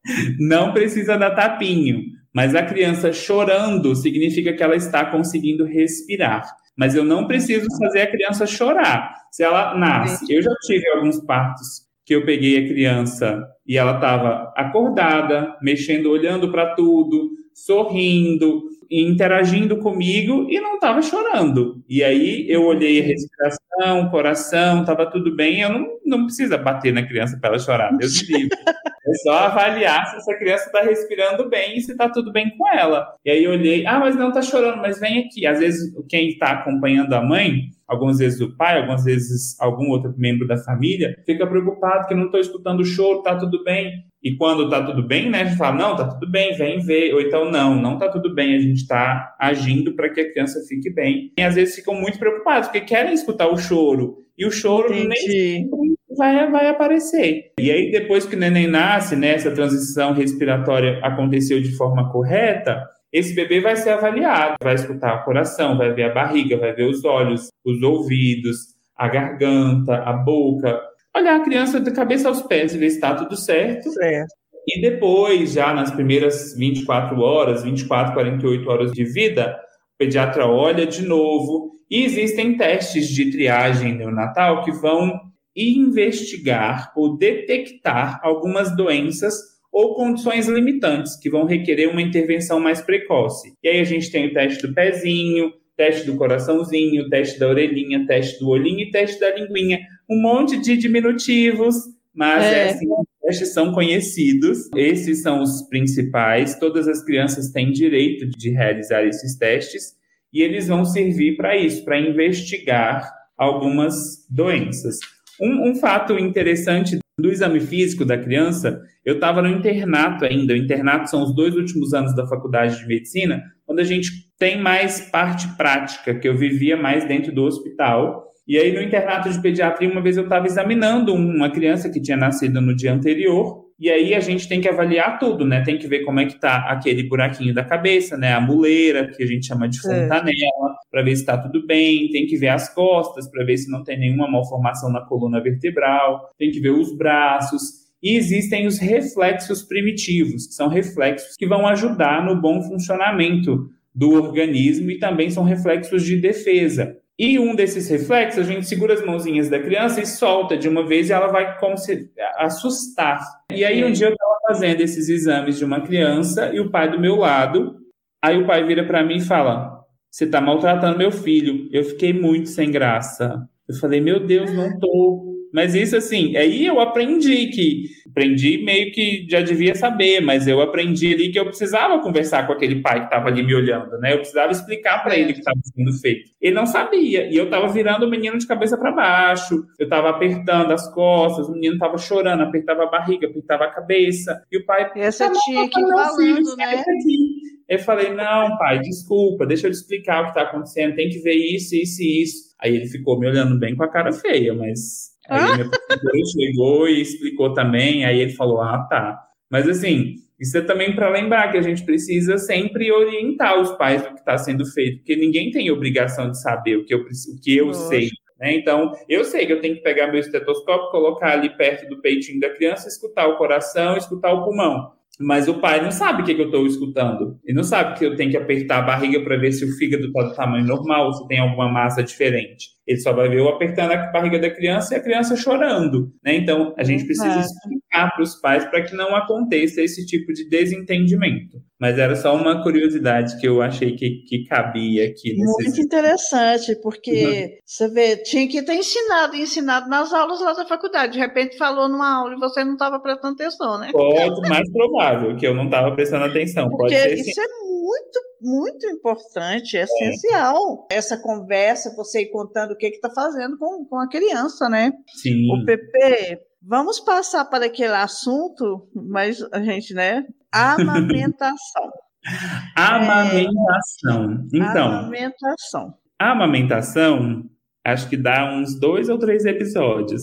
Não precisa dar tapinho, mas a criança chorando significa que ela está conseguindo respirar. Mas eu não preciso fazer a criança chorar. Se ela nasce, eu já tive alguns partos que eu peguei a criança e ela estava acordada, mexendo, olhando para tudo, sorrindo, interagindo comigo e não estava chorando. E aí eu olhei a respiração, o coração, estava tudo bem, eu não, não precisa bater na criança para ela chorar, Deus me livre. É só avaliar se essa criança está respirando bem e se está tudo bem com ela. E aí eu olhei, ah, mas não está chorando, mas vem aqui. Às vezes quem está acompanhando a mãe, algumas vezes o pai, algumas vezes algum outro membro da família, fica preocupado que não estou escutando o choro, está tudo bem. E quando está tudo bem, né, a gente fala, não, está tudo bem, vem ver. Ou então, não, não está tudo bem, a gente está agindo para que a criança fique bem. E às vezes ficam muito preocupados, porque querem escutar o choro. E o choro Entendi. nem sempre vai, vai aparecer. E aí, depois que o neném nasce, né, essa transição respiratória aconteceu de forma correta, esse bebê vai ser avaliado, vai escutar o coração, vai ver a barriga, vai ver os olhos, os ouvidos, a garganta, a boca. Olhar a criança de cabeça aos pés e ver se está tudo certo. Certo. E depois, já nas primeiras vinte e quatro horas, vinte e quatro, quarenta e oito horas de vida, o pediatra olha de novo. E existem testes de triagem neonatal que vão investigar ou detectar algumas doenças ou condições limitantes que vão requerer uma intervenção mais precoce. E aí a gente tem o teste do pezinho, teste do coraçãozinho, teste da orelhinha, teste do olhinho e teste da linguinha. Um monte de diminutivos, mas é. É assim, os testes são conhecidos. Esses são os principais. Todas as crianças têm direito de realizar esses testes e eles vão servir para isso, para investigar algumas doenças. Um, um fato interessante do exame físico da criança, eu estava no internato ainda. O internato são os dois últimos anos da faculdade de medicina, onde a gente tem mais parte prática, que eu vivia mais dentro do hospital. E aí, no internato de pediatria, uma vez eu estava examinando uma criança que tinha nascido no dia anterior, E aí a gente tem que avaliar tudo, né? Tem que ver como é que tá aquele buraquinho da cabeça, né? A muleira, que a gente chama de fontanela, para ver se tá tudo bem. Tem que ver as costas, para ver se não tem nenhuma malformação na coluna vertebral. Tem que ver os braços. E existem os reflexos primitivos, que são reflexos que vão ajudar no bom funcionamento do organismo e também são reflexos de defesa. E um desses reflexos, a gente segura as mãozinhas da criança e solta de uma vez e ela vai como se assustar. E aí um dia eu estava fazendo esses exames de uma criança e o pai do meu lado, aí o pai vira para mim e fala, você está maltratando meu filho. Eu fiquei muito sem graça. Eu falei, meu Deus, não tô. Mas isso assim, aí eu aprendi que, aprendi meio que já devia saber, mas eu aprendi ali que eu precisava conversar com aquele pai que estava ali me olhando, né? Eu precisava explicar para ele o que estava sendo feito. Ele não sabia, e eu estava virando o menino de cabeça para baixo, eu estava apertando as costas, o menino estava chorando, apertava a barriga, apertava a cabeça, e o pai... E essa tia aqui falando, né? Eu falei, não, pai, desculpa, deixa eu te explicar o que está acontecendo, tem que ver isso, isso e isso. Aí ele ficou me olhando bem com a cara feia, mas... Aí ah? minha professora chegou e explicou também, aí ele falou, ah, tá. Mas assim, isso é também para lembrar que a gente precisa sempre orientar os pais do que está sendo feito, porque ninguém tem obrigação de saber o que eu, o que eu sei, né? Então, eu sei que eu tenho que pegar meu estetoscópio, colocar ali perto do peitinho da criança, escutar o coração, escutar o pulmão. Mas o pai não sabe o que, que eu estou escutando. Ele não sabe que eu tenho que apertar a barriga para ver se o fígado está do tamanho normal, se tem alguma massa diferente. Ele só vai ver eu apertando a barriga da criança e a criança chorando, né? Então, a gente precisa explicar para os pais para que não aconteça esse tipo de desentendimento. Mas era só uma curiosidade que eu achei que, que cabia aqui. Muito nesses... interessante, porque uhum. você vê, tinha que ter ensinado, ensinado nas aulas lá da faculdade. De repente falou numa aula e você não estava prestando atenção, né? Pode, mais provável que eu não estava prestando atenção. Porque Pode ser, isso sim. é muito, muito importante, é, é essencial. Essa conversa, você ir contando o que está fazendo com, com a criança, né? Sim. O Pepe, vamos passar para aquele assunto, mas a gente, né? Amamentação. Amamentação. É, então, amamentação. A amamentação, acho que dá uns dois ou três episódios.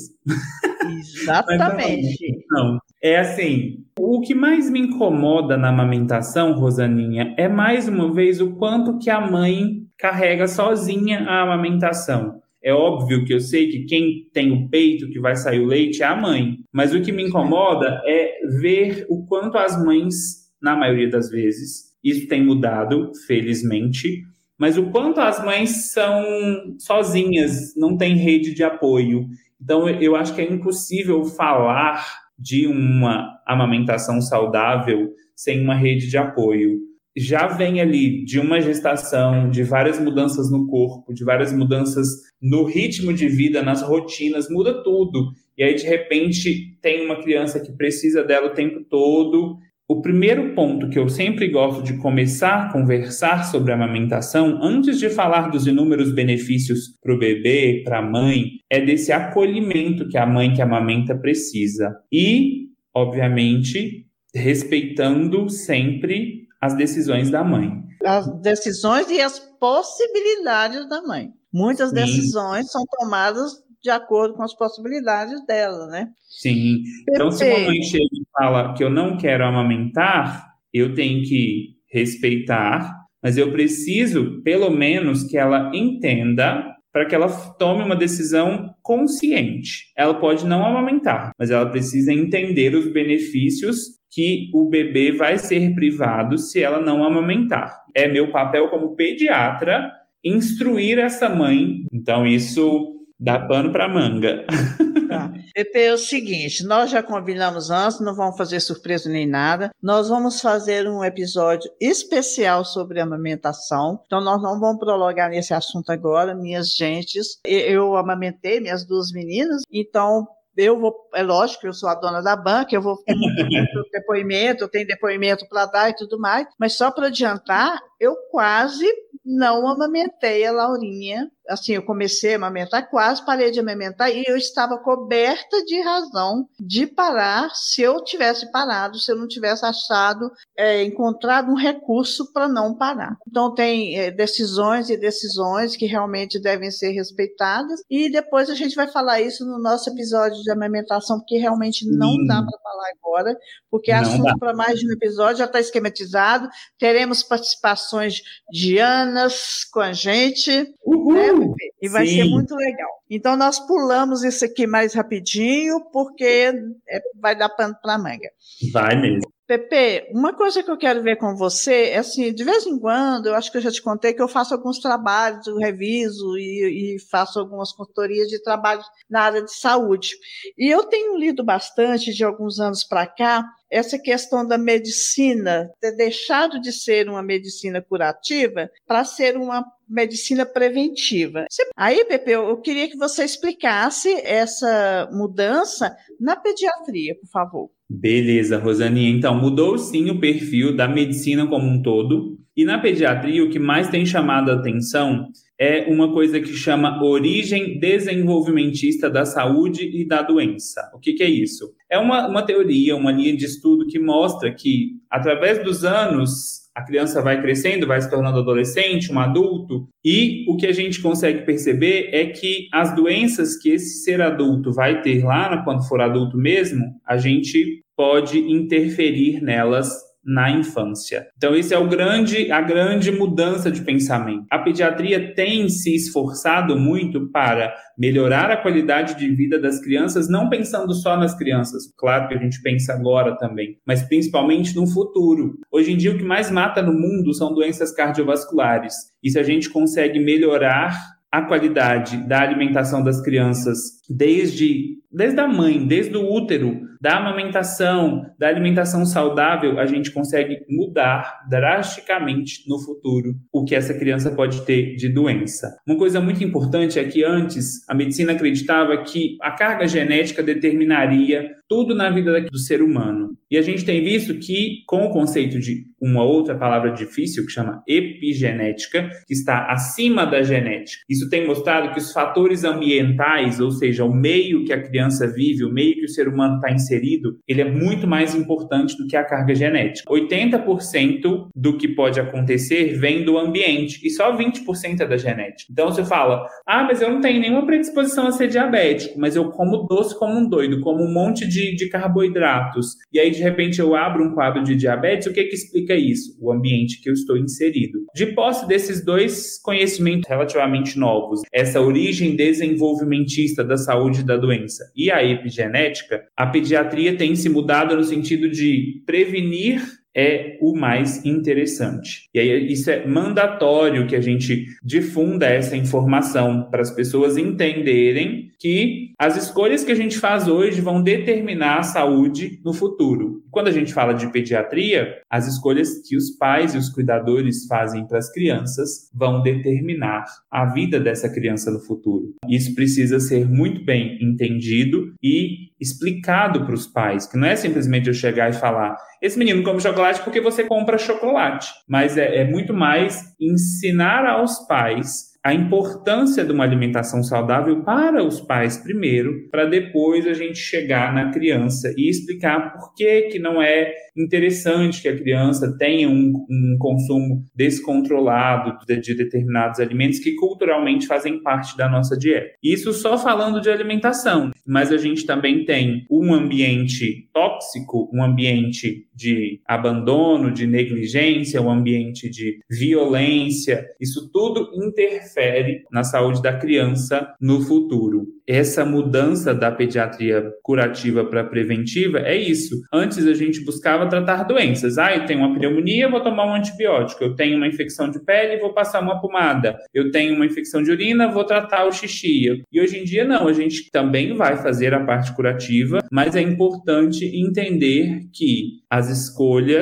Exatamente. Não, é assim, o que mais me incomoda na amamentação, Rosaninha, é mais uma vez o quanto que a mãe carrega sozinha a amamentação. É óbvio que eu sei que quem tem o peito, que vai sair o leite, é a mãe. Mas o que me incomoda é ver o quanto as mães, na maioria das vezes, isso tem mudado, felizmente, mas o quanto as mães são sozinhas, não tem rede de apoio. Então, eu acho que é impossível falar de uma amamentação saudável sem uma rede de apoio. Já vem ali de uma gestação, de várias mudanças no corpo, de várias mudanças no ritmo de vida, nas rotinas, muda tudo. E aí, de repente, tem uma criança que precisa dela o tempo todo. O primeiro ponto que eu sempre gosto de começar a conversar sobre a amamentação, antes de falar dos inúmeros benefícios para o bebê, para a mãe, é desse acolhimento que a mãe que amamenta precisa. E, obviamente, respeitando sempre as decisões da mãe. As decisões e as possibilidades da mãe. Muitas Sim. decisões são tomadas de acordo com as possibilidades dela, né? Sim. Então, se uma mãe chega e fala que eu não quero amamentar, eu tenho que respeitar, mas eu preciso, pelo menos, que ela entenda para que ela tome uma decisão consciente. Ela pode não amamentar, mas ela precisa entender os benefícios que o bebê vai ser privado se ela não amamentar. É meu papel como pediatra instruir essa mãe. Então, isso dá pano para manga. Tá. Pepe, é o seguinte, nós já combinamos antes, não vamos fazer surpresa nem nada. Nós vamos fazer um episódio especial sobre amamentação. Então, nós não vamos prolongar nesse assunto agora, minhas gentes. Eu amamentei minhas duas meninas, então... Eu vou, é lógico, eu sou a dona da banca, eu vou ter depoimento, eu tenho depoimento para dar e tudo mais, mas só para adiantar, eu quase não amamentei a Laurinha. Assim, eu comecei a amamentar, quase parei de amamentar e eu estava coberta de razão de parar se eu tivesse parado, se eu não tivesse achado, é, encontrado um recurso para não parar. Então, tem é, decisões e decisões que realmente devem ser respeitadas e depois a gente vai falar isso no nosso episódio de amamentação, porque realmente não hum. dá para falar agora, porque é assunto para mais de um episódio, já está esquematizado, teremos participações de Anas com a gente, Uhul. né? E vai Sim. ser muito legal. Então, nós pulamos isso aqui mais rapidinho, porque é, vai dar pano para manga. Vai mesmo. Pepe, uma coisa que eu quero ver com você é assim, de vez em quando, eu acho que eu já te contei que eu faço alguns trabalhos, eu reviso e, e faço algumas consultorias de trabalho na área de saúde. E eu tenho lido bastante, de alguns anos para cá, essa questão da medicina ter deixado de ser uma medicina curativa para ser uma medicina preventiva. Aí, Pepe, eu queria que você explicasse essa mudança na pediatria, por favor. Beleza, Rosaninha. Então, mudou sim o perfil da medicina como um todo. E na pediatria, o que mais tem chamado a atenção é uma coisa que chama origem desenvolvimentista da saúde e da doença. O que, que é isso? É uma, uma teoria, uma linha de estudo que mostra que, através dos anos, a criança vai crescendo, vai se tornando adolescente, um adulto, e o que a gente consegue perceber é que as doenças que esse ser adulto vai ter lá, quando for adulto mesmo, a gente pode interferir nelas na infância. Então, esse é o grande, a grande mudança de pensamento. A pediatria tem se esforçado muito para melhorar a qualidade de vida das crianças, não pensando só nas crianças, claro que a gente pensa agora também, mas principalmente no futuro. Hoje em dia, o que mais mata no mundo são doenças cardiovasculares. E se a gente consegue melhorar a qualidade da alimentação das crianças desde, desde a mãe, desde o útero, da amamentação, da alimentação saudável, a gente consegue mudar drasticamente no futuro o que essa criança pode ter de doença. Uma coisa muito importante é que antes a medicina acreditava que a carga genética determinaria tudo na vida do ser humano. E a gente tem visto que, com o conceito de uma outra palavra difícil, que chama epigenética, que está acima da genética, isso tem mostrado que os fatores ambientais, ou seja, o meio que a criança vive, o meio que o ser humano está inserido, ele é muito mais importante do que a carga genética. oitenta por cento do que pode acontecer vem do ambiente e só vinte por cento é da genética. Então você fala, ah, mas eu não tenho nenhuma predisposição a ser diabético, mas eu como doce como um doido, como um monte de, de carboidratos, e aí de repente eu abro um quadro de diabetes, o que que explica isso? O ambiente que eu estou inserido. De posse desses dois conhecimentos relativamente novos, essa origem desenvolvimentista da saúde e da doença e a epigenética, a pediatria tem se mudado no sentido de prevenir é o mais interessante. E aí isso é mandatório que a gente difunda essa informação para as pessoas entenderem que as escolhas que a gente faz hoje vão determinar a saúde no futuro. Quando a gente fala de pediatria, as escolhas que os pais e os cuidadores fazem para as crianças vão determinar a vida dessa criança no futuro. Isso precisa ser muito bem entendido e explicado para os pais, que não é simplesmente eu chegar e falar, esse menino come chocolate porque você compra chocolate, mas é, é muito mais ensinar aos pais a importância de uma alimentação saudável para os pais primeiro, para depois a gente chegar na criança e explicar por que que não é interessante que a criança tenha um, um consumo descontrolado de, de determinados alimentos que culturalmente fazem parte da nossa dieta. Isso só falando de alimentação, mas a gente também tem um ambiente tóxico, um ambiente de abandono, de negligência, um ambiente de violência, isso tudo interfere na saúde da criança no futuro. Essa mudança da pediatria curativa para preventiva é isso. Antes a gente buscava tratar doenças. Ah, eu tenho uma pneumonia, vou tomar um antibiótico. Eu tenho uma infecção de pele, vou passar uma pomada. Eu tenho uma infecção de urina, vou tratar o xixi. E hoje em dia não, a gente também vai fazer a parte curativa, mas é importante entender que as escolhas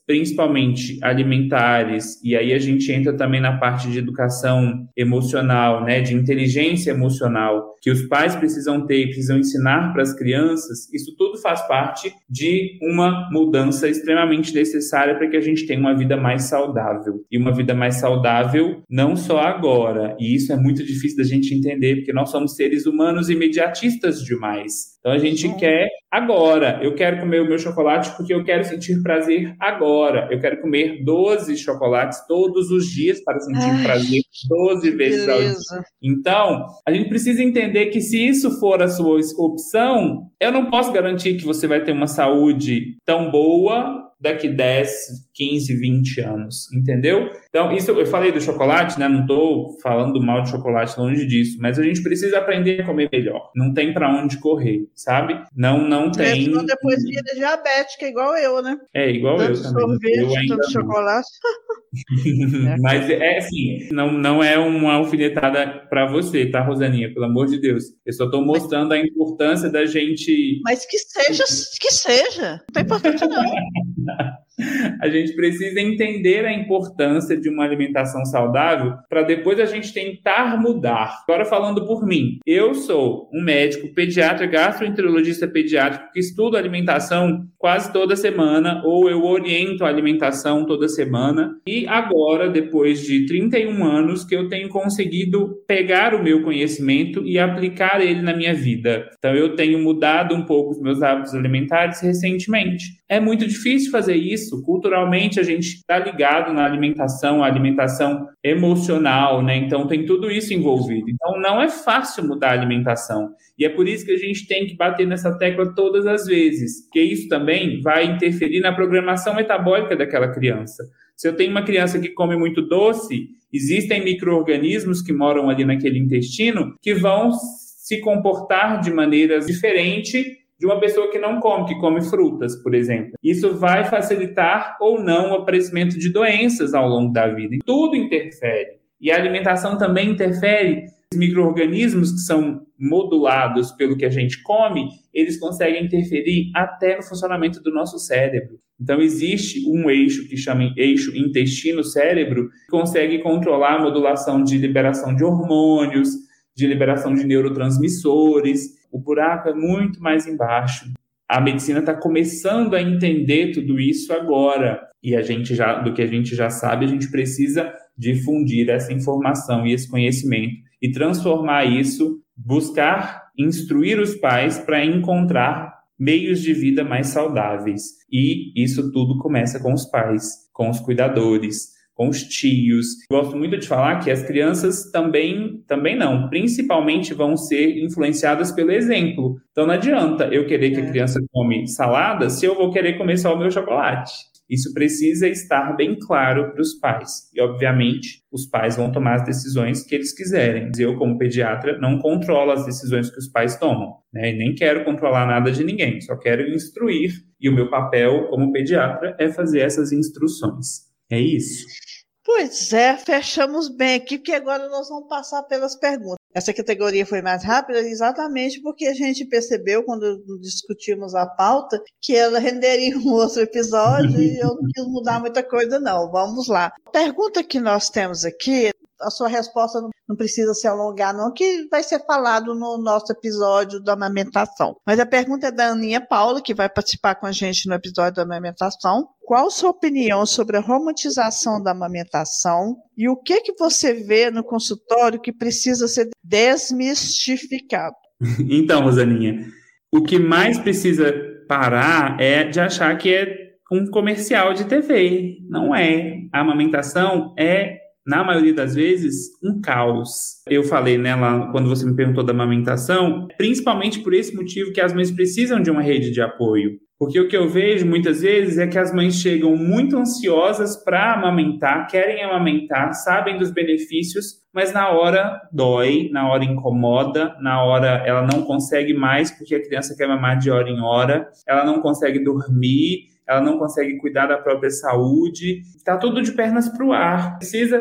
principalmente alimentares, e aí a gente entra também na parte de educação emocional, né, de inteligência emocional, que os pais precisam ter, precisam ensinar para as crianças, isso tudo faz parte de uma mudança extremamente necessária para que a gente tenha uma vida mais saudável. E uma vida mais saudável não só agora, e isso é muito difícil da gente entender, porque nós somos seres humanos imediatistas demais. Então a gente Sim. quer agora. Eu quero comer o meu chocolate porque eu quero sentir prazer agora. Eu quero comer doze chocolates todos os dias para sentir Ai, prazer doze vezes ao dia. Então, a gente precisa entender que se isso for a sua opção, eu não posso garantir que você vai ter uma saúde tão boa daqui dez, quinze, vinte anos, entendeu? Então, isso eu falei do chocolate, né? Não estou falando mal de chocolate, longe disso, mas a gente precisa aprender a comer melhor. Não tem para onde correr, sabe? Não, não tem. Senão depois vira diabética, igual eu, né? É, igual tanto eu também. Sorvete, eu ainda tanto chocolate. Mas é assim, não, não é uma alfinetada para você, tá, Rosaninha? Pelo amor de Deus. Eu só estou mostrando a importância da gente... Mas que seja, que seja. Não tem importância, não. A gente precisa entender a importância de uma alimentação saudável para depois a gente tentar mudar. Agora falando por mim, eu sou um médico pediatra, gastroenterologista pediátrico que estudo alimentação quase toda semana, ou eu oriento a alimentação toda semana, e agora, depois de trinta e um anos, que eu tenho conseguido pegar o meu conhecimento e aplicar ele na minha vida. Então eu tenho mudado um pouco os meus hábitos alimentares recentemente. É muito difícil fazer isso. Culturalmente, a gente está ligado na alimentação, a alimentação emocional, né? Então, tem tudo isso envolvido. Então, não é fácil mudar a alimentação. E é por isso que a gente tem que bater nessa tecla todas as vezes, porque isso também vai interferir na programação metabólica daquela criança. Se eu tenho uma criança que come muito doce, existem micro-organismos que moram ali naquele intestino que vão se comportar de maneiras diferentes de uma pessoa que não come, que come frutas, por exemplo. Isso vai facilitar ou não o aparecimento de doenças ao longo da vida. E tudo interfere. E a alimentação também interfere. Os micro-organismos que são modulados pelo que a gente come, eles conseguem interferir até no funcionamento do nosso cérebro. Então, existe um eixo que chama eixo intestino-cérebro, que consegue controlar a modulação de liberação de hormônios, de liberação de neurotransmissores. O buraco é muito mais embaixo. A medicina está começando a entender tudo isso agora. E a gente já, do que a gente já sabe, a gente precisa difundir essa informação e esse conhecimento e transformar isso, buscar instruir os pais para encontrar meios de vida mais saudáveis. E isso tudo começa com os pais, com os cuidadores, com os tios. Gosto muito de falar que as crianças também, também não, principalmente vão ser influenciadas pelo exemplo. Então não adianta eu querer que a criança come salada se eu vou querer comer só o meu chocolate. Isso precisa estar bem claro para os pais. E, obviamente, os pais vão tomar as decisões que eles quiserem. Eu, como pediatra, não controlo as decisões que os pais tomam, né? E nem quero controlar nada de ninguém, só quero instruir. E o meu papel como pediatra é fazer essas instruções. É isso. Pois é, fechamos bem aqui, porque agora nós vamos passar pelas perguntas. Essa categoria foi mais rápida exatamente porque a gente percebeu, quando discutimos a pauta, que ela renderia um outro episódio e eu não quis mudar muita coisa, não. Vamos lá. A pergunta que nós temos aqui, a sua resposta não precisa se alongar, não, que vai ser falado no nosso episódio da amamentação. Mas a pergunta é da Aninha Paula, que vai participar com a gente no episódio da amamentação. Qual a sua opinião sobre a romantização da amamentação e o que, que você vê no consultório que precisa ser desmistificado? Então, Rosaninha, o que mais precisa parar é de achar que é um comercial de T V. Não é. A amamentação é, na maioria das vezes, um caos. Eu falei, né, lá, quando você me perguntou da amamentação, principalmente por esse motivo que as mães precisam de uma rede de apoio. Porque o que eu vejo muitas vezes é que as mães chegam muito ansiosas para amamentar, querem amamentar, sabem dos benefícios, mas na hora dói, na hora incomoda, na hora ela não consegue mais porque a criança quer mamar de hora em hora, ela não consegue dormir, ela não consegue cuidar da própria saúde, está tudo de pernas para o ar. Precisa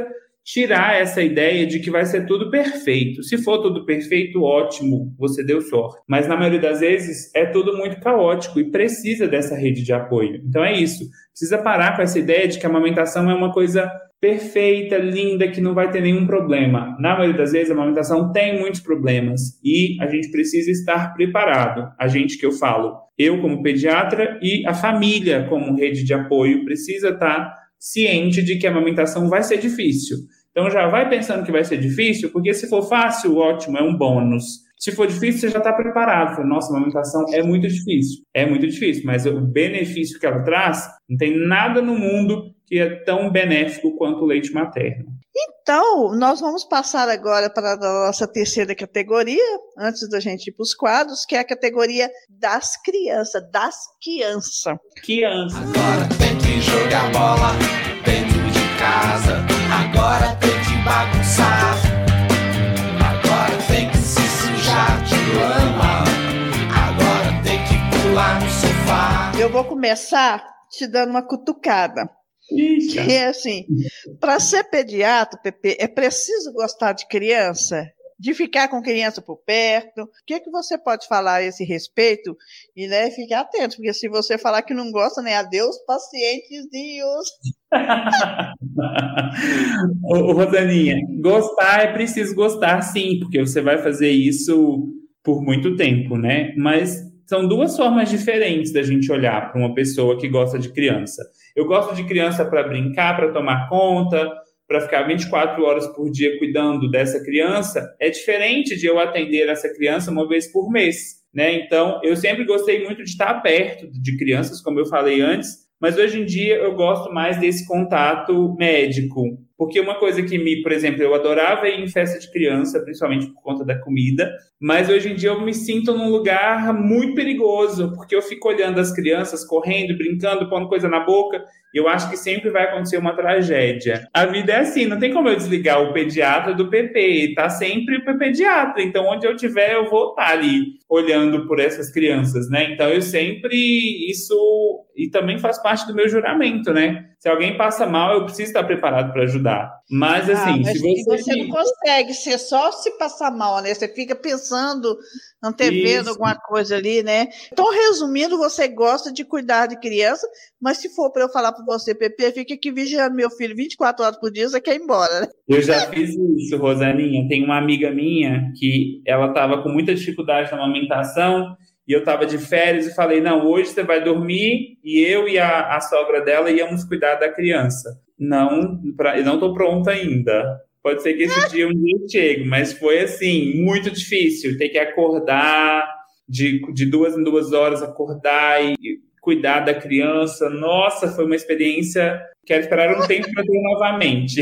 tirar essa ideia de que vai ser tudo perfeito. Se for tudo perfeito, ótimo, você deu sorte. Mas na maioria das vezes é tudo muito caótico e precisa dessa rede de apoio. Então é isso. Precisa parar com essa ideia de que a amamentação é uma coisa perfeita, linda, que não vai ter nenhum problema. Na maioria das vezes a amamentação tem muitos problemas e a gente precisa estar preparado. A gente que eu falo, eu como pediatra e a família como rede de apoio precisa estar ciente de que a amamentação vai ser difícil. Então já vai pensando que vai ser difícil, porque se for fácil, ótimo, é um bônus. Se for difícil, você já está preparado. Fala, nossa, a amamentação é muito difícil. É muito difícil, mas o benefício que ela traz, não tem nada no mundo que é tão benéfico quanto o leite materno. Então, nós vamos passar agora para a nossa terceira categoria, antes da gente ir para os quadros, que é a categoria das crianças, das crianças. Criança. Agora tem que jogar bola dentro de casa. Agora tem que bagunçar. Agora tem que se sujar de lama. Agora tem que pular no sofá. Eu vou começar te dando uma cutucada. Ixi. Que é assim, para ser pediatra, Pepe, é preciso gostar de criança? De ficar com criança por perto? O que, que você pode falar a esse respeito? E, né, ficar atento, porque se você falar que não gosta, né, adeus, pacientes Deus. ô, ô, Rosaninha, gostar é preciso gostar sim, porque você vai fazer isso por muito tempo, né? Mas são duas formas diferentes da gente olhar para uma pessoa que gosta de criança. Eu gosto de criança para brincar, para tomar conta, para ficar vinte e quatro horas por dia cuidando dessa criança. É diferente de eu atender essa criança uma vez por mês, né? Então, eu sempre gostei muito de estar perto de crianças, como eu falei antes, mas hoje em dia eu gosto mais desse contato médico. Porque uma coisa que me, por exemplo, eu adorava ir em festa de criança, principalmente por conta da comida, mas hoje em dia eu me sinto num lugar muito perigoso, porque eu fico olhando as crianças correndo, brincando, pondo coisa na boca, e eu acho que sempre vai acontecer uma tragédia. A vida é assim, não tem como eu desligar o pediatra do P P, tá sempre o pediatra, então onde eu estiver eu vou estar ali olhando por essas crianças, né? Então eu sempre, isso, e também faz parte do meu juramento, né? Se alguém passa mal, eu preciso estar preparado para ajudar. Mas, assim, ah, mas se você... você não consegue ser só se passar mal, né? Você fica pensando, não ter vendo alguma coisa ali, né? Então, resumindo, você gosta de cuidar de criança, mas se for para eu falar para você, Pepe, fica aqui vigiando meu filho vinte e quatro horas por dia, você quer ir embora, né? Eu já fiz isso, Rosaninha. Tem uma amiga minha que ela estava com muita dificuldade na amamentação, e eu estava de férias e falei, não, hoje você vai dormir e eu e a, a sogra dela íamos cuidar da criança. Não, pra, eu não estou pronta ainda. Pode ser que esse dia um dia eu chegue, mas foi assim, muito difícil. Ter que acordar de, de duas em duas horas, acordar e cuidar da criança. Nossa, foi uma experiência. Quero esperar um tempo para ter novamente.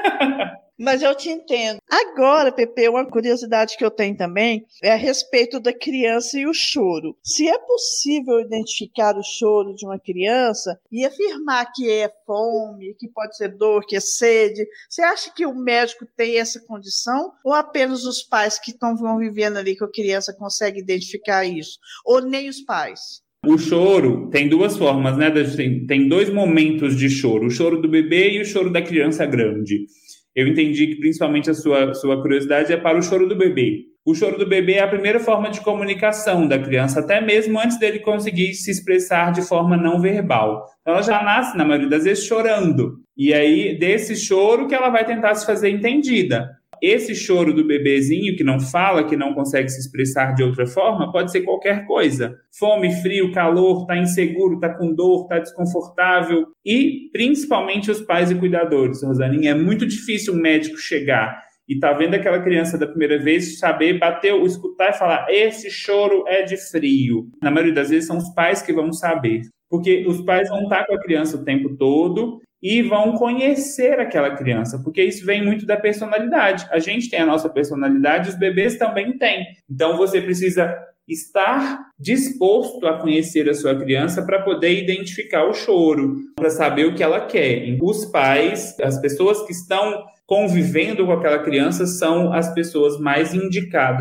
Mas eu te entendo. Agora, Pepe, uma curiosidade que eu tenho também é a respeito da criança e o choro. Se é possível identificar o choro de uma criança e afirmar que é fome, que pode ser dor, que é sede, você acha que o médico tem essa condição? Ou apenas os pais que estão vivendo ali com a criança conseguem identificar isso? Ou nem os pais? O choro tem duas formas, né? Tem, tem dois momentos de choro. O choro do bebê e o choro da criança grande. Eu entendi que principalmente a sua, sua curiosidade é para o choro do bebê. O choro do bebê é a primeira forma de comunicação da criança, até mesmo antes dele conseguir se expressar de forma não verbal. Ela já nasce, na maioria das vezes, chorando. E aí, desse choro que ela vai tentar se fazer entendida. Esse choro do bebezinho que não fala, que não consegue se expressar de outra forma, pode ser qualquer coisa. Fome, frio, calor, tá inseguro, tá com dor, tá desconfortável. E, principalmente, os pais e cuidadores, Rosaninha, é muito difícil um médico chegar e tá vendo aquela criança da primeira vez, saber, bater, escutar e falar, esse choro é de frio. Na maioria das vezes, são os pais que vão saber. Porque os pais vão estar com a criança o tempo todo e vão conhecer aquela criança, porque isso vem muito da personalidade. A gente tem a nossa personalidade, os bebês também têm. Então, você precisa estar disposto a conhecer a sua criança para poder identificar o choro, para saber o que ela quer. Os pais, as pessoas que estão convivendo com aquela criança são as pessoas mais indicadas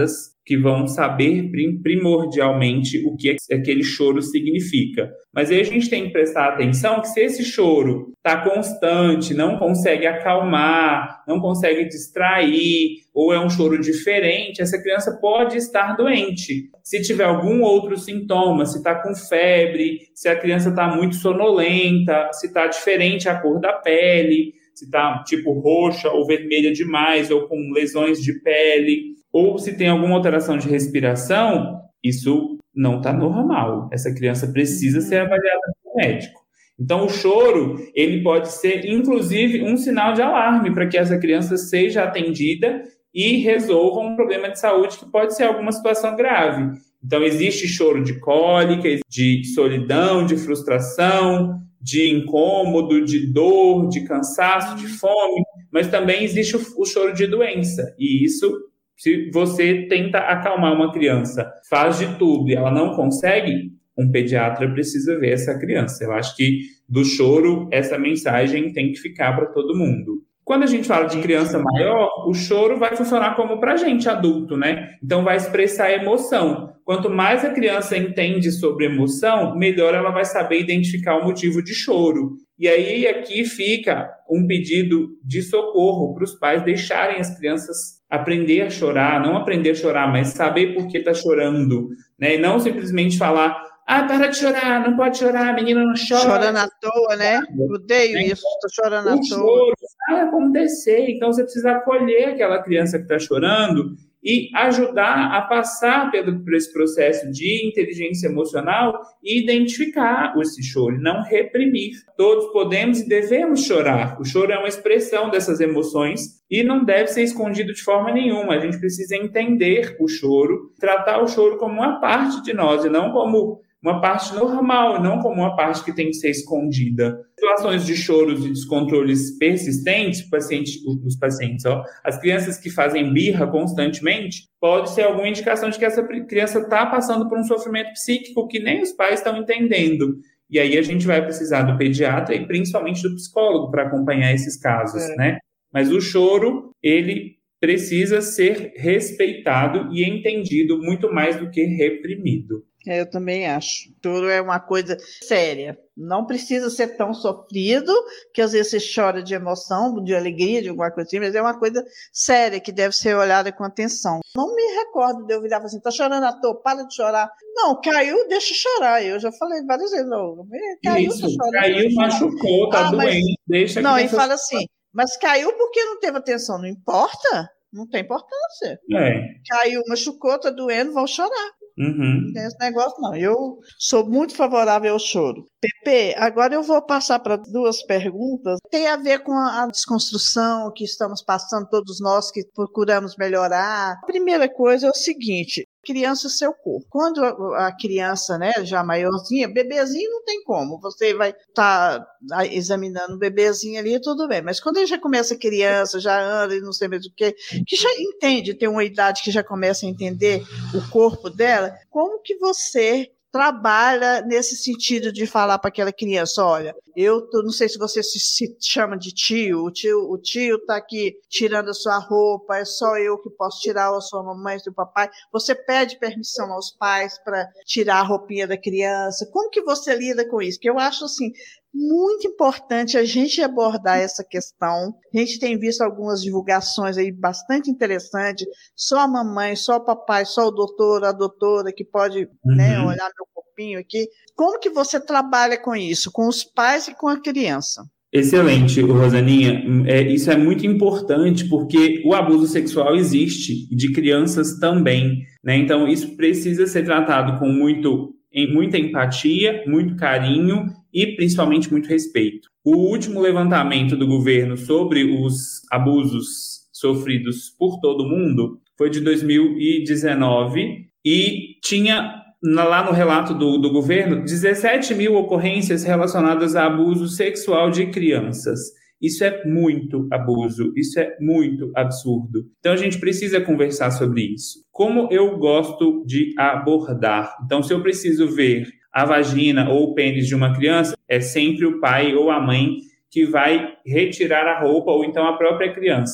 que vão saber primordialmente o que aquele choro significa. Mas aí a gente tem que prestar atenção que se esse choro está constante, não consegue acalmar, não consegue distrair, ou é um choro diferente, essa criança pode estar doente. Se tiver algum outro sintoma, se está com febre, se a criança está muito sonolenta, se está diferente a cor da pele, se está tipo roxa ou vermelha demais, ou com lesões de pele, ou se tem alguma alteração de respiração, isso não está normal. Essa criança precisa ser avaliada pelo médico. Então, o choro, ele pode ser, inclusive, um sinal de alarme para que essa criança seja atendida e resolva um problema de saúde que pode ser alguma situação grave. Então, existe choro de cólica, de solidão, de frustração, de incômodo, de dor, de cansaço, de fome, mas também existe o, o choro de doença. E isso, se você tenta acalmar uma criança, faz de tudo e ela não consegue, um pediatra precisa ver essa criança. Eu acho que do choro, essa mensagem tem que ficar para todo mundo. Quando a gente fala de criança maior, o choro vai funcionar como para a gente, adulto, né? Então, vai expressar emoção. Quanto mais a criança entende sobre emoção, melhor ela vai saber identificar o motivo de choro. E aí, aqui fica um pedido de socorro para os pais deixarem as crianças aprender a chorar, não aprender a chorar, mas saber por que está chorando, né? E não simplesmente falar, ah, para de chorar, não pode chorar, a menina não chora. Chorando à toa, né? Odeio é, isso, estou chorando à o toa. Choro vai acontecer, então você precisa acolher aquela criança que está chorando e ajudar a passar pelo, por esse processo de inteligência emocional e identificar esse choro, não reprimir. Todos podemos e devemos chorar. O choro é uma expressão dessas emoções e não deve ser escondido de forma nenhuma. A gente precisa entender o choro, tratar o choro como uma parte de nós e não como uma parte normal, não como uma parte que tem que ser escondida. Situações de choros e descontroles persistentes, paciente, os pacientes, ó, as crianças que fazem birra constantemente, pode ser alguma indicação de que essa criança está passando por um sofrimento psíquico que nem os pais estão entendendo. E aí a gente vai precisar do pediatra e principalmente do psicólogo para acompanhar esses casos, é. né? Mas o choro, ele precisa ser respeitado e entendido muito mais do que reprimido. É, eu também acho. O choro é uma coisa séria. Não precisa ser tão sofrido, que às vezes você chora de emoção, de alegria, de alguma coisa assim, mas é uma coisa séria que deve ser olhada com atenção. Não me recordo de eu virar assim, tá chorando à toa, para de chorar. Não, caiu, deixa chorar. Eu já falei várias vezes, não, caiu, Isso, tá chorando. Caiu, machucou, tá ah, doente, mas... deixa Não, que e fala assim, mas caiu porque não teve atenção, não importa? Não tem importância. É. Caiu, machucou, tá doendo, vão chorar. Uhum. Não tem esse negócio, não. Eu sou muito favorável ao choro. Pepe, agora eu vou passar para duas perguntas. Tem a ver com a desconstrução que estamos passando, todos nós que procuramos melhorar. A primeira coisa é o seguinte: criança e seu corpo. Quando a criança, né, já maiorzinha, bebezinho não tem como. Você vai estar tá examinando o bebezinho ali, tudo bem. Mas quando ele já começa criança, já anda e não sei mais o quê, que já entende, tem uma idade que já começa a entender o corpo dela, como que você trabalha nesse sentido de falar para aquela criança, olha, eu tô, não sei se você se, se chama de tio, o tio o tio está aqui tirando a sua roupa, é só eu que posso tirar, ou a sua mamãe, ou seu papai. Você pede permissão aos pais para tirar a roupinha da criança. Como que você lida com isso? Que eu acho assim muito importante a gente abordar essa questão. A gente tem visto algumas divulgações aí bastante interessantes, só a mamãe, só o papai, só o doutor, a doutora que pode uhum. né, olhar meu corpinho aqui. Como que você trabalha com isso, com os pais e com a criança? Excelente, Rosaninha. É, isso é muito importante porque o abuso sexual existe, e de crianças também, né? Então, isso precisa ser tratado com muito, muita empatia, muito carinho e, principalmente, muito respeito. O último levantamento do governo sobre os abusos sofridos por todo mundo foi de dois mil e dezenove e tinha... lá no relato do, do governo, dezessete mil ocorrências relacionadas a abuso sexual de crianças. Isso é muito abuso, isso é muito absurdo. Então, a gente precisa conversar sobre isso. Como eu gosto de abordar? Então, se eu preciso ver a vagina ou o pênis de uma criança, é sempre o pai ou a mãe que vai retirar a roupa ou então a própria criança.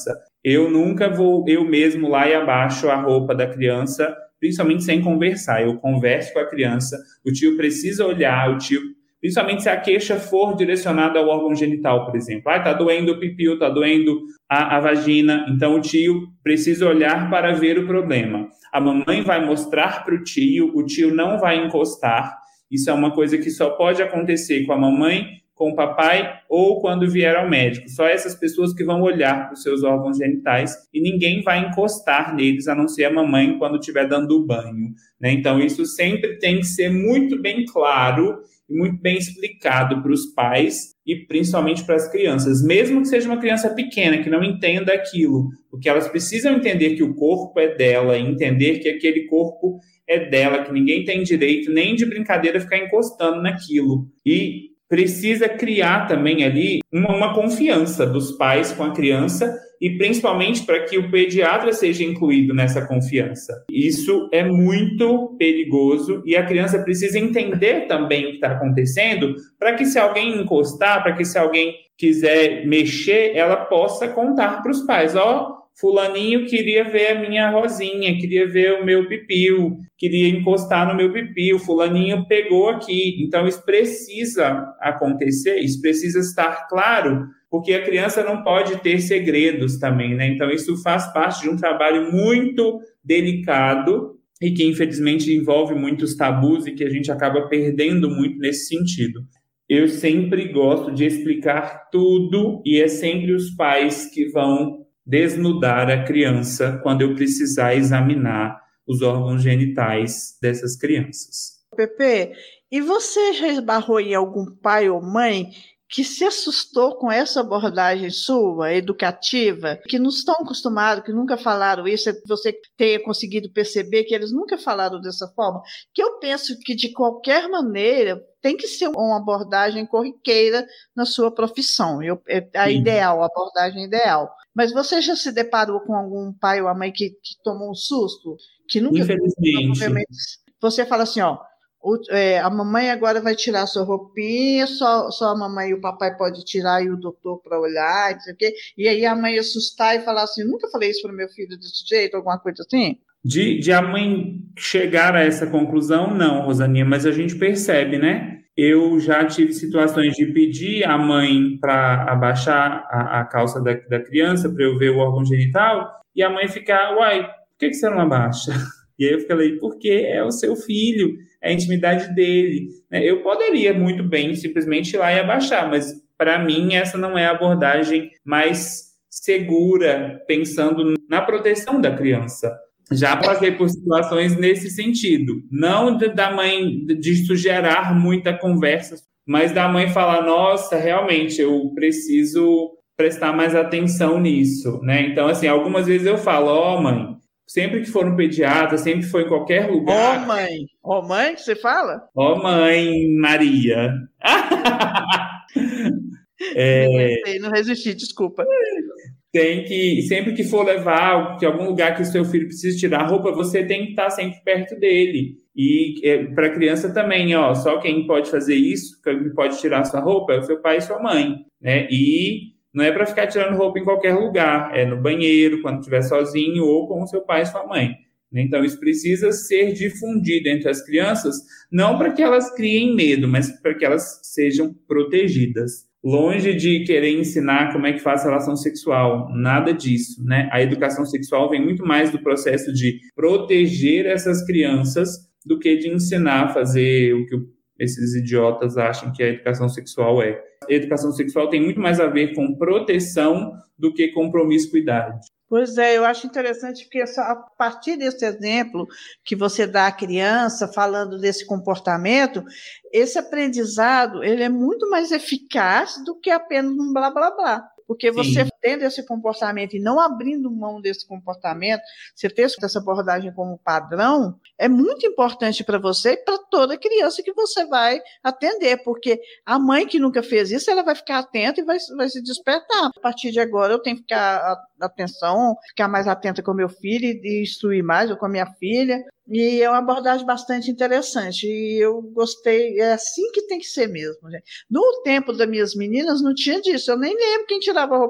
eu nunca vou eu mesmo lá e abaixo a roupa da criança, principalmente sem conversar. Eu converso com a criança, o tio precisa olhar, o tio, principalmente se a queixa for direcionada ao órgão genital, por exemplo. Ah, tá doendo o pipi, tá doendo a, a vagina. Então, o tio precisa olhar para ver o problema. A mamãe vai mostrar para o tio, o tio não vai encostar. Isso é uma coisa que só pode acontecer com a mamãe, com o papai ou quando vier ao médico. Só essas pessoas que vão olhar para os seus órgãos genitais e ninguém vai encostar neles, a não ser a mamãe quando estiver dando o banho, né? Então, isso sempre tem que ser muito bem claro e muito bem explicado para os pais e principalmente para as crianças, mesmo que seja uma criança pequena, que não entenda aquilo, porque elas precisam entender que o corpo é dela, e entender que aquele corpo é dela, que ninguém tem direito nem de brincadeira ficar encostando naquilo. E precisa criar também ali uma, uma confiança dos pais com a criança e principalmente para que o pediatra seja incluído nessa confiança. Isso é muito perigoso e a criança precisa entender também o que está acontecendo para que se alguém encostar, para que se alguém quiser mexer, ela possa contar para os pais, ó, oh, fulaninho queria ver a minha rosinha, queria ver o meu pipiu, queria encostar no meu pipiu, fulaninho pegou aqui. Então, isso precisa acontecer, isso precisa estar claro, porque a criança não pode ter segredos também, né? Então, isso faz parte de um trabalho muito delicado e que, infelizmente, envolve muitos tabus e que a gente acaba perdendo muito nesse sentido. Eu sempre gosto de explicar tudo e é sempre os pais que vão desnudar a criança quando eu precisar examinar os órgãos genitais dessas crianças. Pepe, e você já esbarrou em algum pai ou mãe que se assustou com essa abordagem sua, educativa, que não estão acostumados, que nunca falaram isso, você tenha conseguido perceber que eles nunca falaram dessa forma? Que eu penso que, de qualquer maneira, tem que ser uma abordagem corriqueira na sua profissão, eu, é a Sim. ideal, a abordagem ideal. Mas você já se deparou com algum pai ou a mãe que, que tomou um susto? Que nunca... Infelizmente. Você fala assim, ó, o, é, a mamãe agora vai tirar a sua roupinha, só, só a mamãe e o papai pode tirar e o doutor para olhar, não sei o quê. E aí a mãe assustar e falar assim, nunca falei isso para o meu filho desse jeito, alguma coisa assim? De, de a mãe chegar a essa conclusão, não, Rosaninha, mas a gente percebe, né? Eu já tive situações de pedir a mãe para abaixar a, a calça da, da criança para eu ver o órgão genital e a mãe ficar, uai, por que, que você não abaixa? E aí eu falei, porque é o seu filho, é a intimidade dele. Eu poderia muito bem simplesmente ir lá e abaixar, mas para mim essa não é a abordagem mais segura, pensando na proteção da criança. Já passei por situações nesse sentido, não de, da mãe, de isso gerar muita conversa, mas da mãe falar, nossa, realmente, eu preciso prestar mais atenção nisso, né? Então, assim, algumas vezes eu falo, ó, oh, mãe, sempre que for no pediatra, sempre que for em qualquer lugar... Ó, oh, mãe, ó, oh, mãe, que você fala? Ó, oh, mãe Maria. é... Não resisti, não resisti, desculpa. Tem que, sempre que for levar que algum lugar que o seu filho precisa tirar a roupa, você tem que estar sempre perto dele. E é, para a criança também, ó, só quem pode fazer isso, quem pode tirar a sua roupa, é o seu pai e sua mãe, né? E não é para ficar tirando roupa em qualquer lugar, é no banheiro, quando estiver sozinho ou com o seu pai e sua mãe. Então, isso precisa ser difundido entre as crianças, não para que elas criem medo, mas para que elas sejam protegidas. Longe de querer ensinar como é que faz relação sexual, nada disso, né? A educação sexual vem muito mais do processo de proteger essas crianças do que de ensinar a fazer o que esses idiotas acham que a educação sexual é. A educação sexual tem muito mais a ver com proteção do que com promiscuidade. Pois é, eu acho interessante porque a partir desse exemplo que você dá à criança, falando desse comportamento, esse aprendizado ele é muito mais eficaz do que apenas um blá, blá, blá. Porque você Sim. tendo esse comportamento e não abrindo mão desse comportamento, você ter essa abordagem como padrão, é muito importante para você e para toda criança que você vai atender, porque a mãe que nunca fez isso, ela vai ficar atenta e vai, vai se despertar. A partir de agora, eu tenho que ficar atenção, ficar mais atenta com o meu filho e instruir mais, ou com a minha filha. E é uma abordagem bastante interessante. E eu gostei, é assim que tem que ser mesmo, gente. No tempo das minhas meninas, não tinha disso. Eu nem lembro quem tirava a roupa das minhas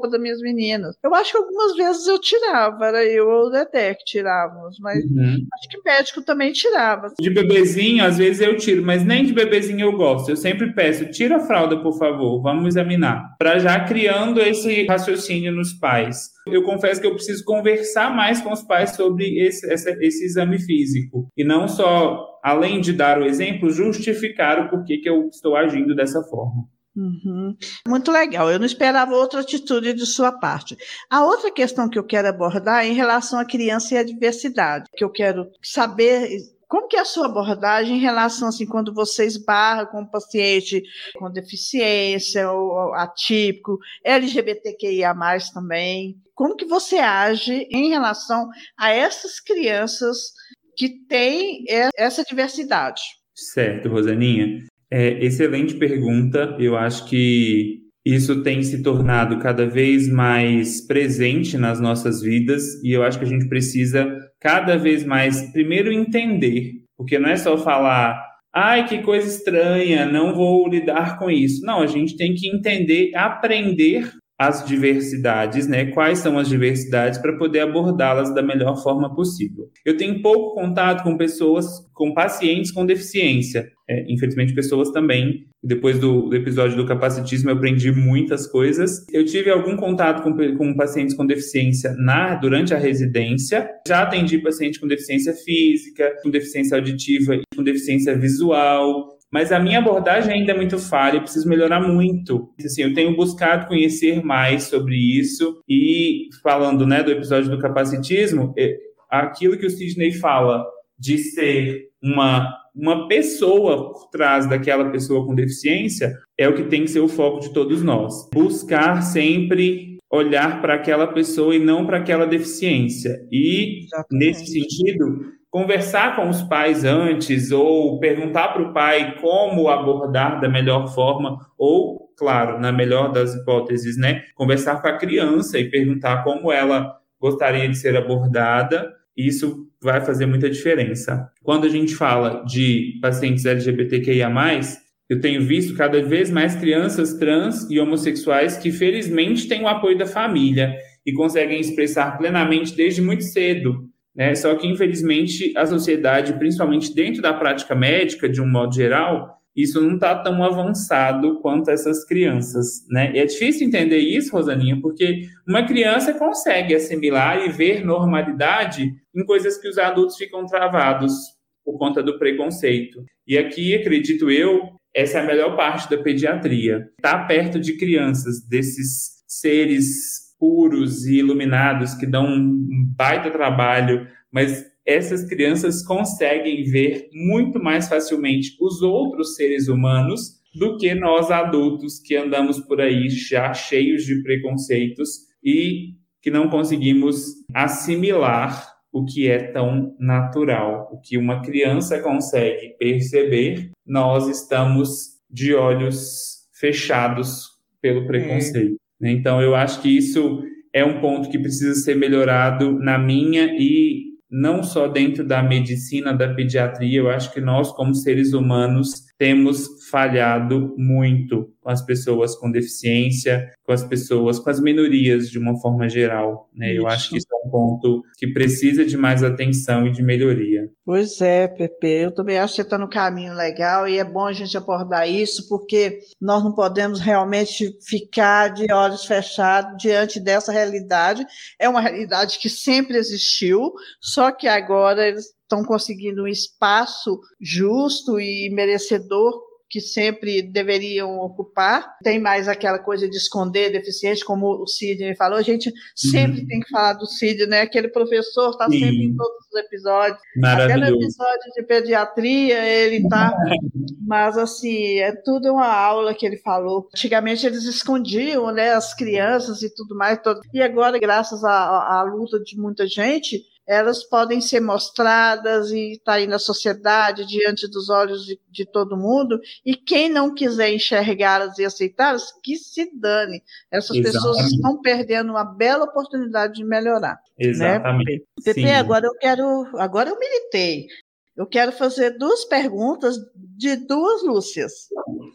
meninas. Eu acho que algumas vezes eu tirava, era eu ou o Dedé que tirávamos, mas Uhum. acho que médico também tirava. De bebezinho, às vezes eu tiro, mas nem de bebezinho eu gosto. Eu sempre peço, tira a fralda, por favor, vamos examinar. Para já criando esse raciocínio nos pais. Eu confesso que eu preciso conversar mais com os pais sobre esse, esse, esse exame físico. E não só, além de dar o exemplo, justificar o porquê que eu estou agindo dessa forma. Uhum. Muito legal, eu não esperava outra atitude de sua parte. A outra questão que eu quero abordar é em relação à criança e à diversidade, que eu quero saber como que é a sua abordagem em relação, assim, quando você esbarra com um paciente com deficiência, ou atípico, L G B T Q I A mais, também. Como que você age em relação a essas crianças que têm essa diversidade? Certo, Rosaninha. É, excelente pergunta. Eu acho que isso tem se tornado cada vez mais presente nas nossas vidas e eu acho que a gente precisa cada vez mais, primeiro, entender, porque não é só falar, ai, que coisa estranha, não vou lidar com isso. Não, a gente tem que entender, aprender as diversidades, né? Quais são as diversidades para poder abordá-las da melhor forma possível. Eu tenho pouco contato com pessoas, com pacientes com deficiência, é, infelizmente pessoas também. Depois do, do episódio do capacitismo eu aprendi muitas coisas. Eu tive algum contato com, com pacientes com deficiência na, durante a residência. Já atendi paciente com deficiência física, com deficiência auditiva e com deficiência visual. Mas a minha abordagem ainda é muito falha, eu preciso melhorar muito. Assim, eu tenho buscado conhecer mais sobre isso e falando, né, do episódio do capacitismo, aquilo que o Sidney fala de ser uma, uma pessoa por trás daquela pessoa com deficiência é o que tem que ser o foco de todos nós. Buscar sempre olhar para aquela pessoa e não para aquela deficiência. E, exatamente, nesse sentido, conversar com os pais antes ou perguntar para o pai como abordar da melhor forma ou, claro, na melhor das hipóteses, né, conversar com a criança e perguntar como ela gostaria de ser abordada. Isso vai fazer muita diferença. Quando a gente fala de pacientes L G B T Q I A mais, eu tenho visto cada vez mais crianças trans e homossexuais que, felizmente, têm o apoio da família e conseguem expressar plenamente desde muito cedo. Né? Só que, infelizmente, a sociedade, principalmente dentro da prática médica, de um modo geral, isso não está tão avançado quanto essas crianças. Né? E é difícil entender isso, Rosaninha, porque uma criança consegue assimilar e ver normalidade em coisas que os adultos ficam travados por conta do preconceito. E aqui, acredito eu, essa é a melhor parte da pediatria. Estar perto de crianças, desses seres puros e iluminados que dão um baita trabalho, mas essas crianças conseguem ver muito mais facilmente os outros seres humanos do que nós adultos que andamos por aí já cheios de preconceitos e que não conseguimos assimilar o que é tão natural. O que uma criança consegue perceber, nós estamos de olhos fechados pelo preconceito. É. Então, eu acho que isso é um ponto que precisa ser melhorado na minha e não só dentro da medicina, da pediatria. Eu acho que nós, como seres humanos, temos falhado muito com as pessoas com deficiência, com as pessoas, com as minorias de uma forma geral. Né? Eu acho que isso é um ponto que precisa de mais atenção e de melhoria. Pois é, Pepe, eu também acho que você está no caminho legal e é bom a gente abordar isso, porque nós não podemos realmente ficar de olhos fechados diante dessa realidade. É uma realidade que sempre existiu, só que agora eles estão conseguindo um espaço justo e merecedor que sempre deveriam ocupar. Tem mais aquela coisa de esconder deficiente, como o Sidney falou. A gente sempre uhum. tem que falar do Sidney, né? Aquele professor está sempre em todos os episódios. Até no episódio de pediatria ele está. Mas, assim, é tudo uma aula que ele falou. Antigamente eles escondiam, né, as crianças e tudo mais. Todo... E agora, graças à, à luta de muita gente, elas podem ser mostradas e estar aí na sociedade, diante dos olhos de, de todo mundo, e quem não quiser enxergá-las e aceitá-las, que se dane. Essas Exatamente. Pessoas estão perdendo uma bela oportunidade de melhorar. Exatamente. Né? Pepe, agora eu quero, agora eu militei. Eu quero fazer duas perguntas de duas Lúcias.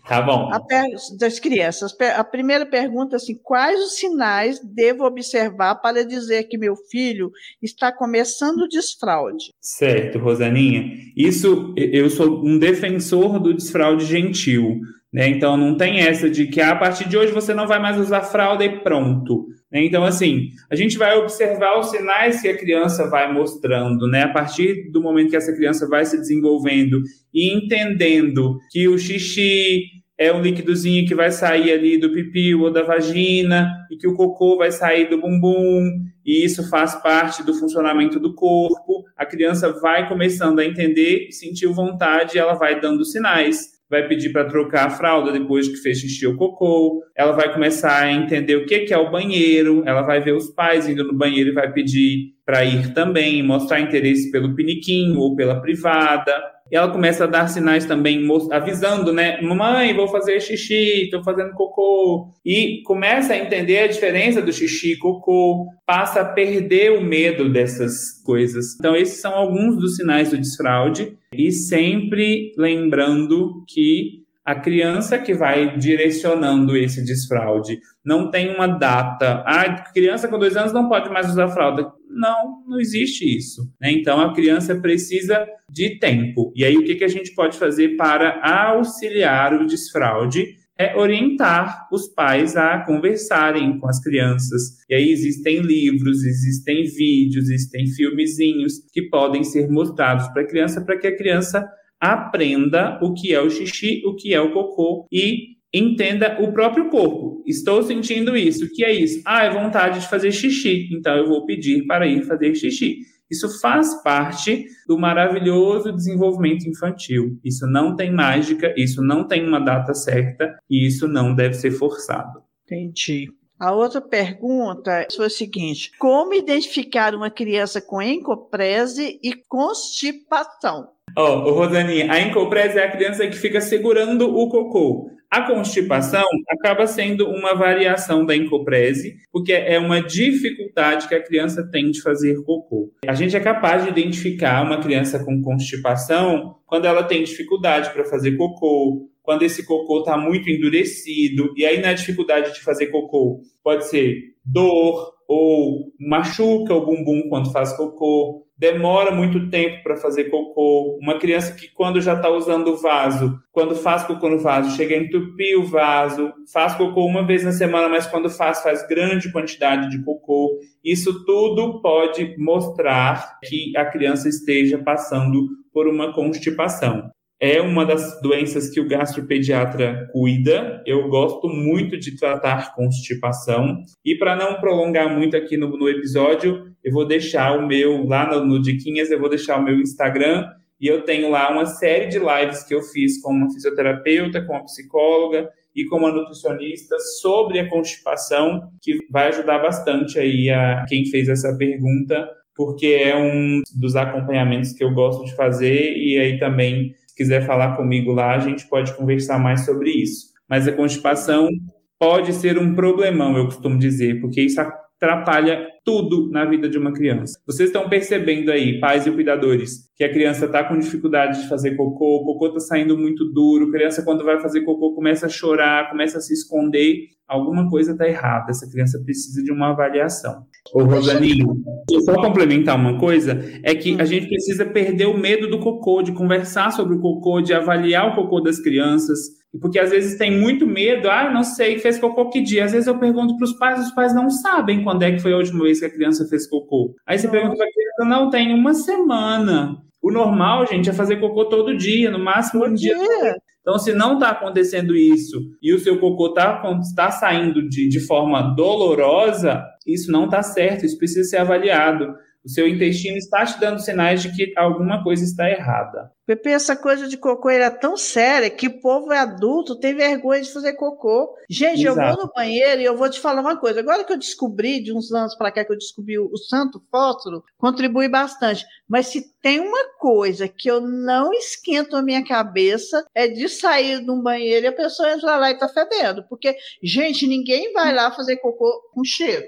Tá bom. A per... das crianças. A primeira pergunta é assim: quais os sinais devo observar para dizer que meu filho está começando o desfraude? Certo, Rosaninha. Isso, eu sou um defensor do desfraude gentil, né? Então não tem essa de que ah, a partir de hoje você não vai mais usar fralda e pronto. Então, assim, a gente vai observar os sinais que a criança vai mostrando, né? A partir do momento que essa criança vai se desenvolvendo e entendendo que o xixi é um líquidozinho que vai sair ali do pipi ou da vagina e que o cocô vai sair do bumbum, e isso faz parte do funcionamento do corpo. A criança vai começando a entender, sentir vontade, e ela vai dando sinais. Vai pedir para trocar a fralda depois que fez xixi ou cocô, ela vai começar a entender o que é o banheiro, ela vai ver os pais indo no banheiro e vai pedir para ir também, mostrar interesse pelo piniquinho ou pela privada. E ela começa a dar sinais também, avisando, né? Mamãe, vou fazer xixi, estou fazendo cocô. E começa a entender a diferença do xixi e cocô, passa a perder o medo dessas coisas. Então, esses são alguns dos sinais do desfraude. E sempre lembrando que a criança que vai direcionando esse desfraude não tem uma data. Ah, criança com dois anos não pode mais usar fralda. Não, não existe isso, né? Então, a criança precisa de tempo. E aí, o que, que a gente pode fazer para auxiliar o desfraude? É orientar os pais a conversarem com as crianças. E aí existem livros, existem vídeos, existem filmezinhos que podem ser mostrados para a criança, para que a criança aprenda o que é o xixi, o que é o cocô e entenda o próprio corpo. Estou sentindo isso. O que é isso? Ah, é vontade de fazer xixi. Então, eu vou pedir para ir fazer xixi. Isso faz parte do maravilhoso desenvolvimento infantil. Isso não tem mágica, isso não tem uma data certa e isso não deve ser forçado. Entendi. A outra pergunta foi a seguinte: como identificar uma criança com encoprese e constipação? Ó, oh, Rosaninha, a encoprese é a criança que fica segurando o cocô. A constipação acaba sendo uma variação da encoprese, porque é uma dificuldade que a criança tem de fazer cocô. A gente é capaz de identificar uma criança com constipação quando ela tem dificuldade para fazer cocô, quando esse cocô está muito endurecido, e aí na dificuldade de fazer cocô pode ser dor, ou machuca o bumbum quando faz cocô, demora muito tempo para fazer cocô. Uma criança que quando já está usando o vaso, quando faz cocô no vaso, chega a entupir o vaso, faz cocô uma vez na semana, mas quando faz, faz grande quantidade de cocô. Isso tudo pode mostrar que a criança esteja passando por uma constipação. É uma das doenças que o gastropediatra cuida. Eu gosto muito de tratar constipação. E para não prolongar muito aqui no, no episódio, eu vou deixar o meu, lá no, no Diquinhas, eu vou deixar o meu Instagram. E eu tenho lá uma série de lives que eu fiz com uma fisioterapeuta, com uma psicóloga e com uma nutricionista sobre a constipação, que vai ajudar bastante aí a quem fez essa pergunta, porque é um dos acompanhamentos que eu gosto de fazer. E aí também, se quiser falar comigo lá, a gente pode conversar mais sobre isso. Mas a constipação pode ser um problemão, eu costumo dizer, porque isso atrapalha tudo na vida de uma criança. Vocês estão percebendo aí, pais e cuidadores, que a criança está com dificuldade de fazer cocô, o cocô está saindo muito duro, a criança quando vai fazer cocô começa a chorar, começa a se esconder, alguma coisa está errada, essa criança precisa de uma avaliação. Ô, Rosaninha, só complementar uma coisa, é que a gente precisa perder o medo do cocô, de conversar sobre o cocô, de avaliar o cocô das crianças, porque às vezes tem muito medo, ah, não sei, fez cocô que dia? Às vezes eu pergunto para os pais, os pais não sabem quando é que foi a última vez que a criança fez cocô. Aí você pergunta para a criança, não, tem uma semana. O normal, gente, é fazer cocô todo dia, no máximo um dia. Então, se não está acontecendo isso e o seu cocô está tá saindo de, de forma dolorosa, isso não está certo, isso precisa ser avaliado. O seu intestino está te dando sinais de que alguma coisa está errada. Pepe, essa coisa de cocô era tão séria que o povo adulto tem vergonha de fazer cocô. Gente, Exato. Eu vou no banheiro e eu vou te falar uma coisa. Agora que eu descobri, de uns anos para cá que eu descobri o santo fósforo, contribui bastante. Mas se tem uma coisa que eu não esquento a minha cabeça, é de sair de um banheiro e a pessoa entra lá e está fedendo. Porque, gente, ninguém vai lá fazer cocô com cheiro.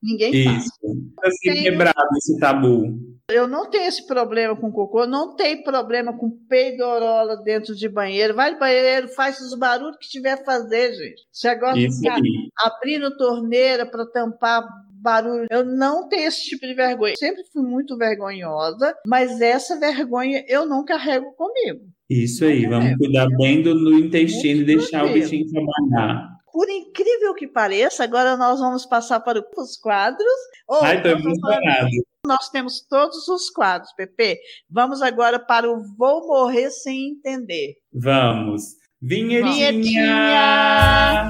Ninguém Isso. faz. Assim, Tenho- quebrado esse tabu. Eu não tenho esse problema com cocô, não tenho problema com peidorola dentro de banheiro. Vai no banheiro, faz os barulhos que tiver a fazer, gente. Você gosta de Isso ficar aí. abrindo torneira para tampar barulho. Eu não tenho esse tipo de vergonha. Sempre fui muito vergonhosa, mas essa vergonha eu não carrego comigo. Isso aí. Vamos cuidar bem do, do intestino e deixar o bichinho trabalhar. Por incrível que pareça, agora nós vamos passar para os quadros. Oh, Ai, tô nós vamos falar- emocionado. Nós temos todos os quadros, Pepe. Vamos agora para o Vou Morrer Sem Entender. Vamos. Vinhetinha! Vinhetinha!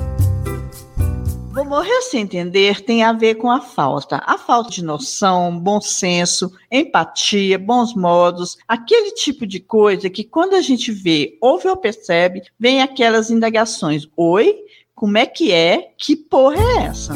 Vou Morrer Sem Entender tem a ver com a falta. A falta de noção, bom senso, empatia, bons modos, aquele tipo de coisa que quando a gente vê, ouve ou percebe, vem aquelas indagações. Oi, como é que é? Que porra é essa?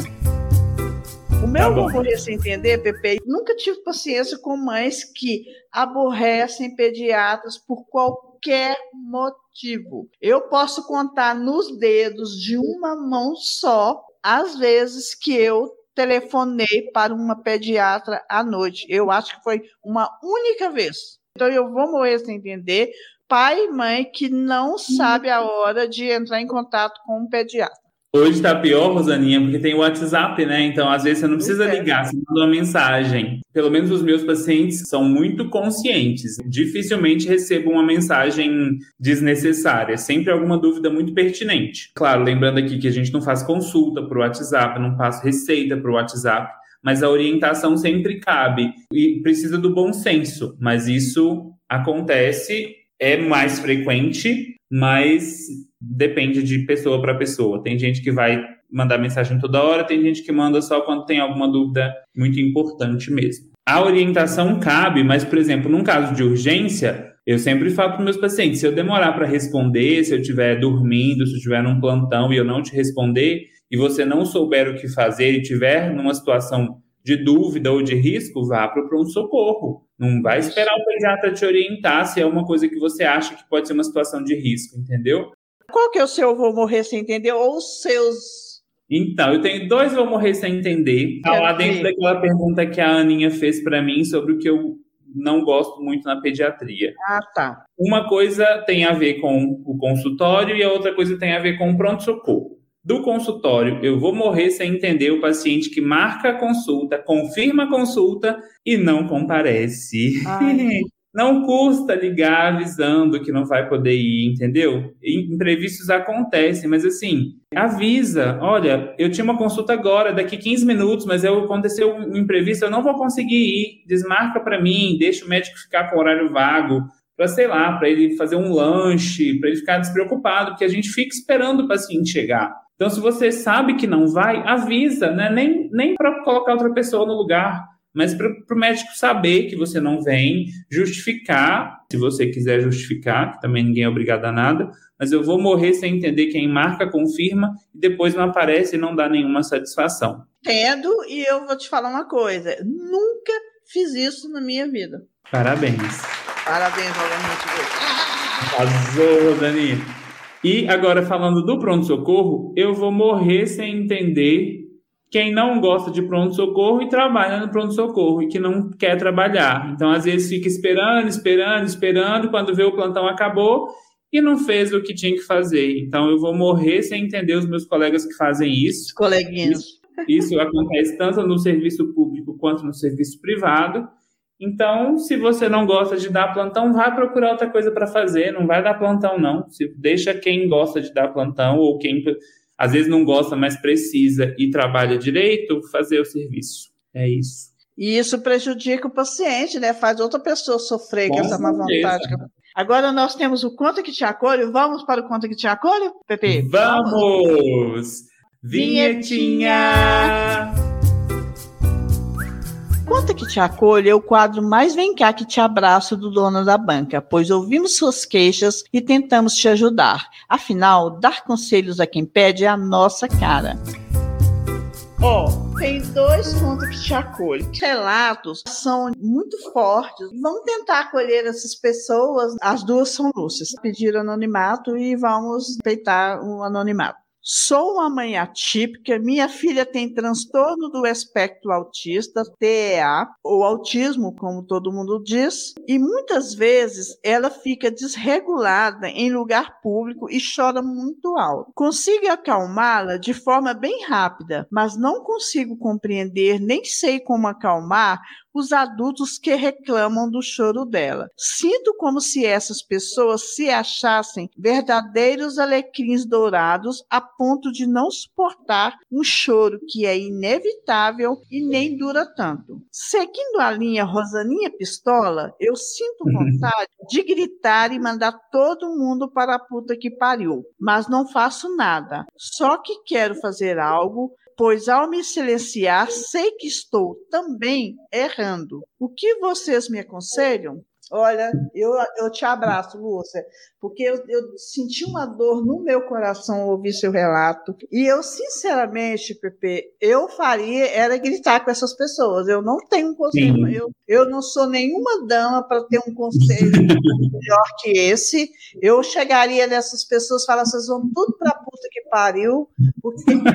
O meu Tá bom. Vou Morrer Sem Entender, Pepe, nunca tive paciência com mães que aborrecem pediatras por qualquer motivo. Eu posso contar nos dedos de uma mão só as vezes que eu telefonei para uma pediatra à noite. Eu acho que foi uma única vez. Então eu vou morrer sem entender pai e mãe que não sabe a hora de entrar em contato com um pediatra. Hoje tá pior, Rosaninha, porque tem o WhatsApp, né? Então, às vezes, você não precisa Pois é. ligar, você manda uma mensagem. Pelo menos os meus pacientes são muito conscientes. Dificilmente recebo uma mensagem desnecessária. Sempre alguma dúvida muito pertinente. Claro, lembrando aqui que a gente não faz consulta pro WhatsApp, não passa receita pro WhatsApp, mas a orientação sempre cabe. E precisa do bom senso. Mas isso acontece, é mais frequente, mas depende de pessoa para pessoa. Tem gente que vai mandar mensagem toda hora, tem gente que manda só quando tem alguma dúvida muito importante mesmo. A orientação cabe, mas, por exemplo, num caso de urgência, eu sempre falo para meus pacientes, se eu demorar para responder, se eu estiver dormindo, se eu estiver num plantão e eu não te responder, e você não souber o que fazer e estiver numa situação de dúvida ou de risco, vá para o pronto-socorro. Não vai esperar o pediatra te orientar se é uma coisa que você acha que pode ser uma situação de risco, entendeu? Qual que é o seu Vou Morrer Sem Entender? Ou os seus... Então, eu tenho dois Vou Morrer Sem Entender. Tá lá dentro daquela pergunta que a Aninha fez para mim sobre o que eu não gosto muito na pediatria. Ah, tá. Uma coisa tem a ver com o consultório e a outra coisa tem a ver com o pronto-socorro. Do consultório, eu vou morrer sem entender o paciente que marca a consulta, confirma a consulta e não comparece. Ai. Não custa ligar avisando que não vai poder ir, entendeu? Imprevistos acontecem, mas assim, avisa. Olha, eu tinha uma consulta agora, daqui quinze minutos, mas eu, aconteceu um imprevisto, eu não vou conseguir ir. Desmarca para mim, deixa o médico ficar com o horário vago, para, sei lá, para ele fazer um lanche, para ele ficar despreocupado, porque a gente fica esperando o paciente chegar. Então, se você sabe que não vai, avisa, né? Nem, nem para colocar outra pessoa no lugar, mas para o médico saber que você não vem, justificar, se você quiser justificar, que também ninguém é obrigado a nada, mas eu vou morrer sem entender quem marca, confirma, e depois não aparece e não dá nenhuma satisfação. Entendo, e eu vou te falar uma coisa. Nunca fiz isso na minha vida. Parabéns. Parabéns, Roganinha. Arrasou, Dani. E agora, falando do pronto-socorro, eu vou morrer sem entender quem não gosta de pronto-socorro e trabalha no pronto-socorro e que não quer trabalhar. Então, às vezes, fica esperando, esperando, esperando, quando vê o plantão acabou e não fez o que tinha que fazer. Então, eu vou morrer sem entender os meus colegas que fazem isso. Coleguinhas. Isso, isso acontece tanto no serviço público quanto no serviço privado. Então, se você não gosta de dar plantão, vai procurar outra coisa para fazer. Não vai dar plantão, não. Se deixa quem gosta de dar plantão ou quem... às vezes não gosta, mas precisa e trabalha direito, fazer o serviço. É isso. E isso prejudica o paciente, né? Faz outra pessoa sofrer com, Com essa má vontade. Agora nós temos o Conta que Te Acolho. Vamos para o Conta que Te Acolho, Pepe? Vamos! Vamos. Vinhetinha! Conta que Te Acolho é o quadro mais Vem Cá que Te Abraço do Dono da Banca, pois ouvimos suas queixas e tentamos te ajudar. Afinal, dar conselhos a quem pede é a nossa cara. Ó, oh, tem dois Conta que Te Acolho. Os relatos são muito fortes. Vamos tentar acolher essas pessoas. As duas são lúcidas. Pediram anonimato e vamos respeitar o anonimato. Sou uma mãe atípica, minha filha tem transtorno do espectro autista, T E A, ou autismo, como todo mundo diz, e muitas vezes ela fica desregulada em lugar público e chora muito alto. Consigo acalmá-la de forma bem rápida, mas não consigo compreender, nem sei como acalmar os adultos que reclamam do choro dela. Sinto como se essas pessoas se achassem verdadeiros alecrins dourados a ponto de não suportar um choro que é inevitável e nem dura tanto. Seguindo a linha Rosaninha Pistola, eu sinto vontade de gritar e mandar todo mundo para a puta que pariu, mas não faço nada. Só que quero fazer algo, pois ao me silenciar, sei que estou também errando. O que vocês me aconselham? Olha, eu, eu te abraço, Lúcia, porque eu, eu senti uma dor no meu coração ao ouvir seu relato, e eu, sinceramente, Pepe, eu faria, era gritar com essas pessoas. Eu não tenho um conselho, eu, eu não sou nenhuma dama para ter um conselho melhor que esse. Eu chegaria nessas pessoas e falaria, vocês vão tudo para a puta que pariu, porque eu...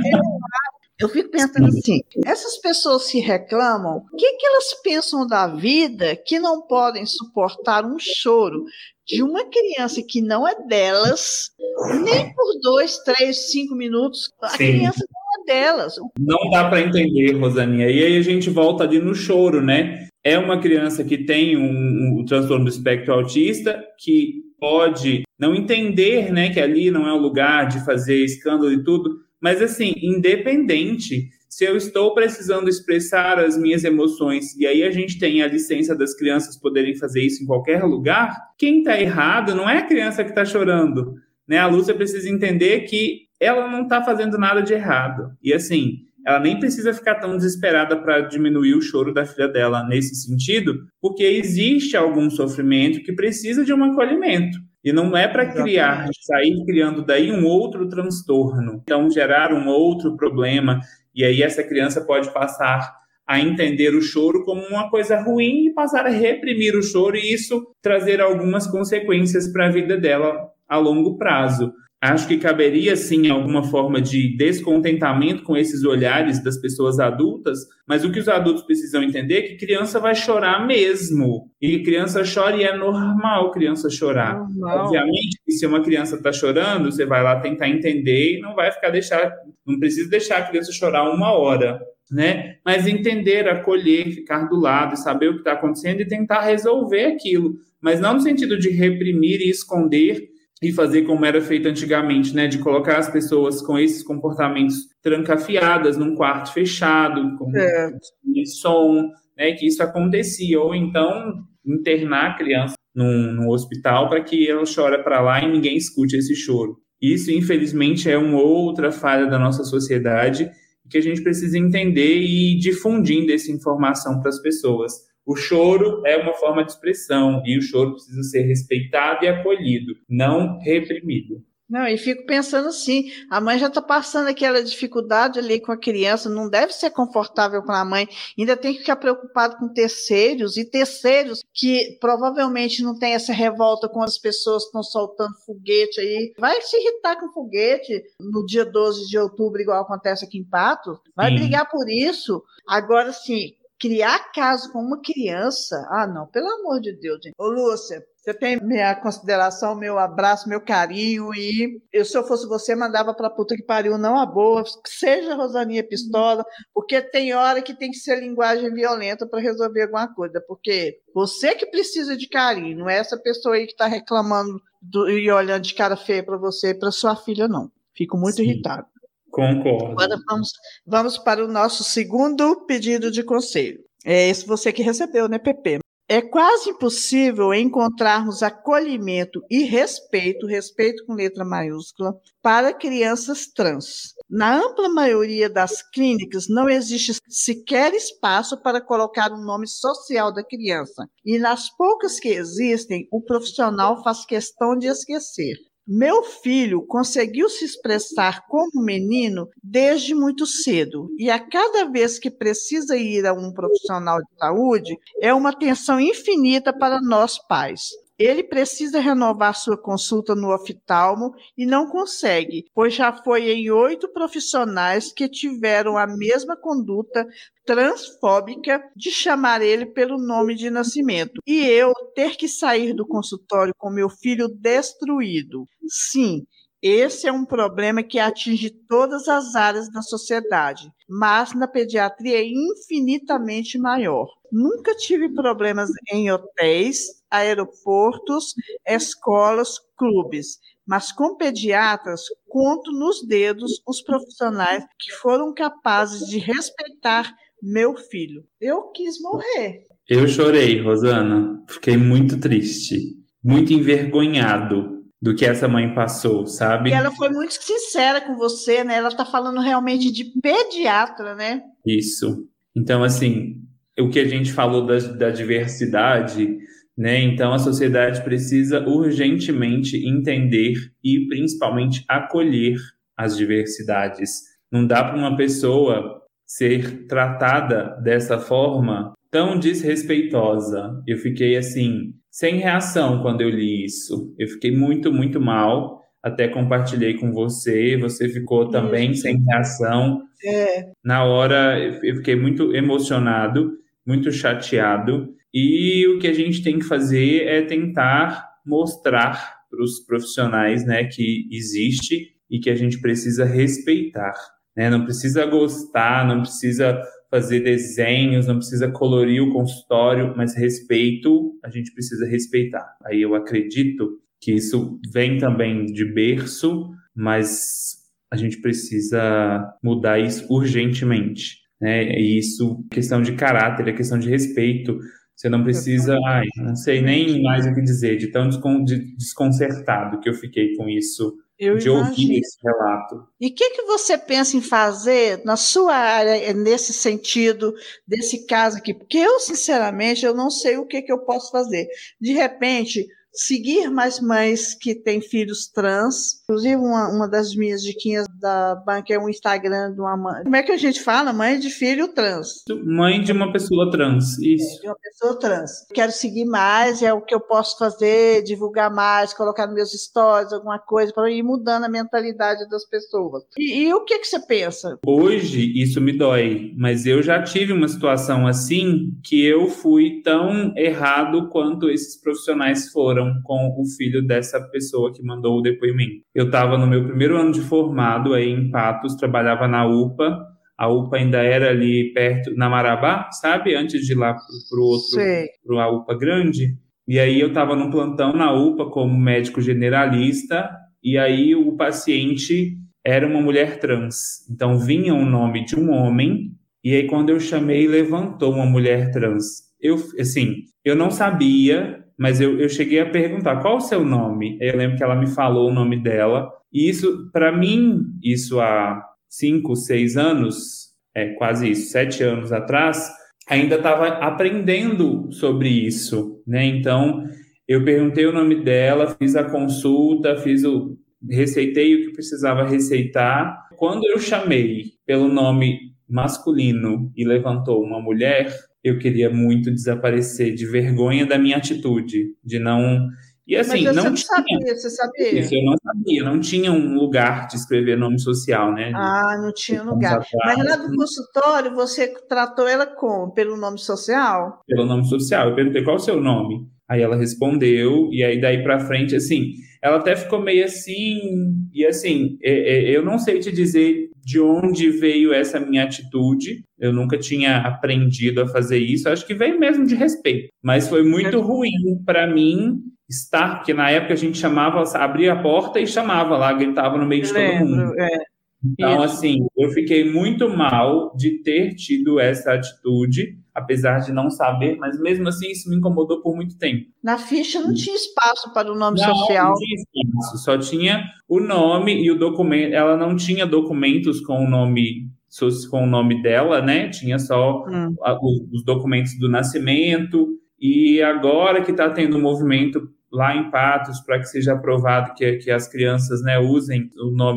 Eu fico pensando assim, essas pessoas se reclamam, o que, que elas pensam da vida que não podem suportar um choro de uma criança que não é delas, nem por dois, três, cinco minutos, a Sim. criança não é delas. Não dá para entender, Rosaninha. E aí a gente volta ali no choro, né? É uma criança que tem um, um, um transtorno do espectro autista, que pode não entender, né, que ali não é o lugar de fazer escândalo e tudo. Mas, assim, independente, se eu estou precisando expressar as minhas emoções, e aí a gente tem a licença das crianças poderem fazer isso em qualquer lugar, quem está errado não é a criança que está chorando, né? A Lúcia precisa entender que ela não está fazendo nada de errado. E, assim, ela nem precisa ficar tão desesperada para diminuir o choro da filha dela nesse sentido, porque existe algum sofrimento que precisa de um acolhimento. E não é para criar, sair criando daí um outro transtorno. Então, gerar um outro problema. E aí essa criança pode passar a entender o choro como uma coisa ruim e passar a reprimir o choro e isso trazer algumas consequências para a vida dela a longo prazo. Acho que caberia, sim, alguma forma de descontentamento com esses olhares das pessoas adultas, mas o que os adultos precisam entender é que criança vai chorar mesmo. E criança chora e é normal criança chorar. Normal. Obviamente que se uma criança está chorando, você vai lá tentar entender e não vai ficar deixar, não precisa deixar a criança chorar uma hora, né? Mas entender, acolher, ficar do lado e saber o que está acontecendo e tentar resolver aquilo. Mas não no sentido de reprimir e esconder e fazer como era feito antigamente, né, de colocar as pessoas com esses comportamentos trancafiadas num quarto fechado, com é. som, né, que isso acontecia, ou então internar a criança num, num hospital para que ela chore para lá e ninguém escute esse choro. Isso, infelizmente, é uma outra falha da nossa sociedade que a gente precisa entender e ir difundindo essa informação para as pessoas. O choro é uma forma de expressão e o choro precisa ser respeitado e acolhido, não reprimido. Não, e fico pensando assim, a mãe já está passando aquela dificuldade ali com a criança, não deve ser confortável para a mãe, ainda tem que ficar preocupado com terceiros, e terceiros que provavelmente não tem essa revolta com as pessoas que estão soltando foguete aí, vai se irritar com foguete no dia doze de outubro, igual acontece aqui em Patos, vai Sim. brigar por isso. Agora, sim, criar caso com uma criança, ah não, pelo amor de Deus, gente. Ô Lúcia, você tem minha consideração, meu abraço, meu carinho, e eu, se eu fosse você, mandava pra puta que pariu, não a boa, seja Rosaninha Pistola, porque tem hora que tem que ser linguagem violenta para resolver alguma coisa, porque você que precisa de carinho, não é essa pessoa aí que tá reclamando do, e olhando de cara feia para você e para sua filha, não. Fico muito Sim. irritado. Concordo. Agora vamos, vamos para o nosso segundo pedido de conselho. É esse você que recebeu, né, Pepe? É quase impossível encontrarmos acolhimento e respeito, respeito com letra maiúscula, para crianças trans. Na ampla maioria das clínicas não existe sequer espaço para colocar o nome social da criança. E nas poucas que existem, o profissional faz questão de esquecer. Meu filho conseguiu se expressar como menino desde muito cedo e a cada vez que precisa ir a um profissional de saúde é uma tensão infinita para nós pais. Ele precisa renovar sua consulta no oftalmo e não consegue, pois já foi em oito profissionais que tiveram a mesma conduta transfóbica de chamar ele pelo nome de nascimento. E eu ter que sair do consultório com meu filho destruído. Sim, esse é um problema que atinge todas as áreas da sociedade, mas na pediatria é infinitamente maior. Nunca tive problemas em hotéis, aeroportos, escolas, clubes, mas com pediatras, conto nos dedos os profissionais que foram capazes de respeitar meu filho. Eu quis morrer. Eu chorei, Rosana. Fiquei muito triste, muito envergonhado do que essa mãe passou, sabe? E ela foi muito sincera com você, né? Ela está falando realmente de pediatra, né? Isso. Então, assim, o que a gente falou da, da diversidade, né? Então, a sociedade precisa urgentemente entender e, principalmente, acolher as diversidades. Não dá para uma pessoa ser tratada dessa forma tão desrespeitosa. Eu fiquei, assim, sem reação quando eu li isso. Eu fiquei muito, muito mal. Até compartilhei com você. Você ficou também Isso. sem reação. É. Na hora, eu fiquei muito emocionado, muito chateado. E o que a gente tem que fazer é tentar mostrar para os profissionais, né, que existe e que a gente precisa respeitar, né? Não precisa gostar, não precisa fazer desenhos, não precisa colorir o consultório, mas respeito, a gente precisa respeitar. Aí eu acredito que isso vem também de berço, mas a gente precisa mudar isso urgentemente, né? E isso é questão de caráter, é questão de respeito. Você não precisa, ai, não sei nem mais o que dizer, de tão desconcertado que eu fiquei com isso, Eu de imagino. ouvir esse relato. E o que, que você pensa em fazer na sua área, nesse sentido, desse caso aqui? Porque eu, sinceramente, eu não sei o que, que eu posso fazer. De repente, seguir mais mães que têm filhos trans. Inclusive, uma, uma das minhas diquinhas da banca é um Instagram de uma mãe. Como é que a gente fala? Mãe de filho trans. Mãe de uma pessoa trans, isso. É, de uma pessoa trans. Quero seguir mais, é o que eu posso fazer, divulgar mais, colocar nos meus stories, alguma coisa, para ir mudando a mentalidade das pessoas. E, e o que, que você pensa? Hoje, isso me dói, mas eu já tive uma situação assim que eu fui tão errado quanto esses profissionais foram com o filho dessa pessoa que mandou o depoimento. Eu estava no meu primeiro ano de formado aí em Patos, trabalhava na U P A. A U P A ainda era ali perto, na Marabá, sabe? Antes de ir lá para o outro, para a U P A grande. E aí eu estava num plantão na U P A como médico generalista, e aí o paciente era uma mulher trans. Então vinha o nome de um homem, e aí quando eu chamei, levantou uma mulher trans. Eu, assim, eu não sabia, mas eu, eu cheguei a perguntar, qual o seu nome? Eu lembro que ela me falou o nome dela. E isso, para mim, isso há cinco, seis anos, é quase isso, sete anos atrás, ainda estava aprendendo sobre isso, né? Então, eu perguntei o nome dela, fiz a consulta, fiz o, receitei o que precisava receitar. Quando eu chamei pelo nome masculino e levantou uma mulher, eu queria muito desaparecer de vergonha da minha atitude, de não... E assim, Mas você não, não tinha... sabia, você sabia? Isso, eu não sabia, não tinha um lugar de escrever nome social, né? Ah, não tinha lugar. Mas lá no consultório, você tratou ela como? Pelo nome social? Pelo nome social. Eu perguntei, qual é o seu nome? Aí ela respondeu, e aí daí pra frente, assim, ela até ficou meio assim, e assim, é, é, eu não sei te dizer de onde veio essa minha atitude, eu nunca tinha aprendido a fazer isso, acho que veio mesmo de respeito, mas foi muito ruim para mim estar, porque na época a gente chamava, abria a porta e chamava lá, gritava no meio de todo mundo. É. Então, Isso. assim, eu fiquei muito mal de ter tido essa atitude, apesar de não saber, mas mesmo assim isso me incomodou por muito tempo. Na ficha não tinha espaço para o nome Não, social. não tinha espaço, só tinha o nome e o documento. Ela não tinha documentos com o nome, com o nome dela, né? Tinha só Hum. a, os, os documentos do nascimento. E agora que está tendo um movimento lá em Patos para que seja aprovado que, que as crianças, né, usem o nome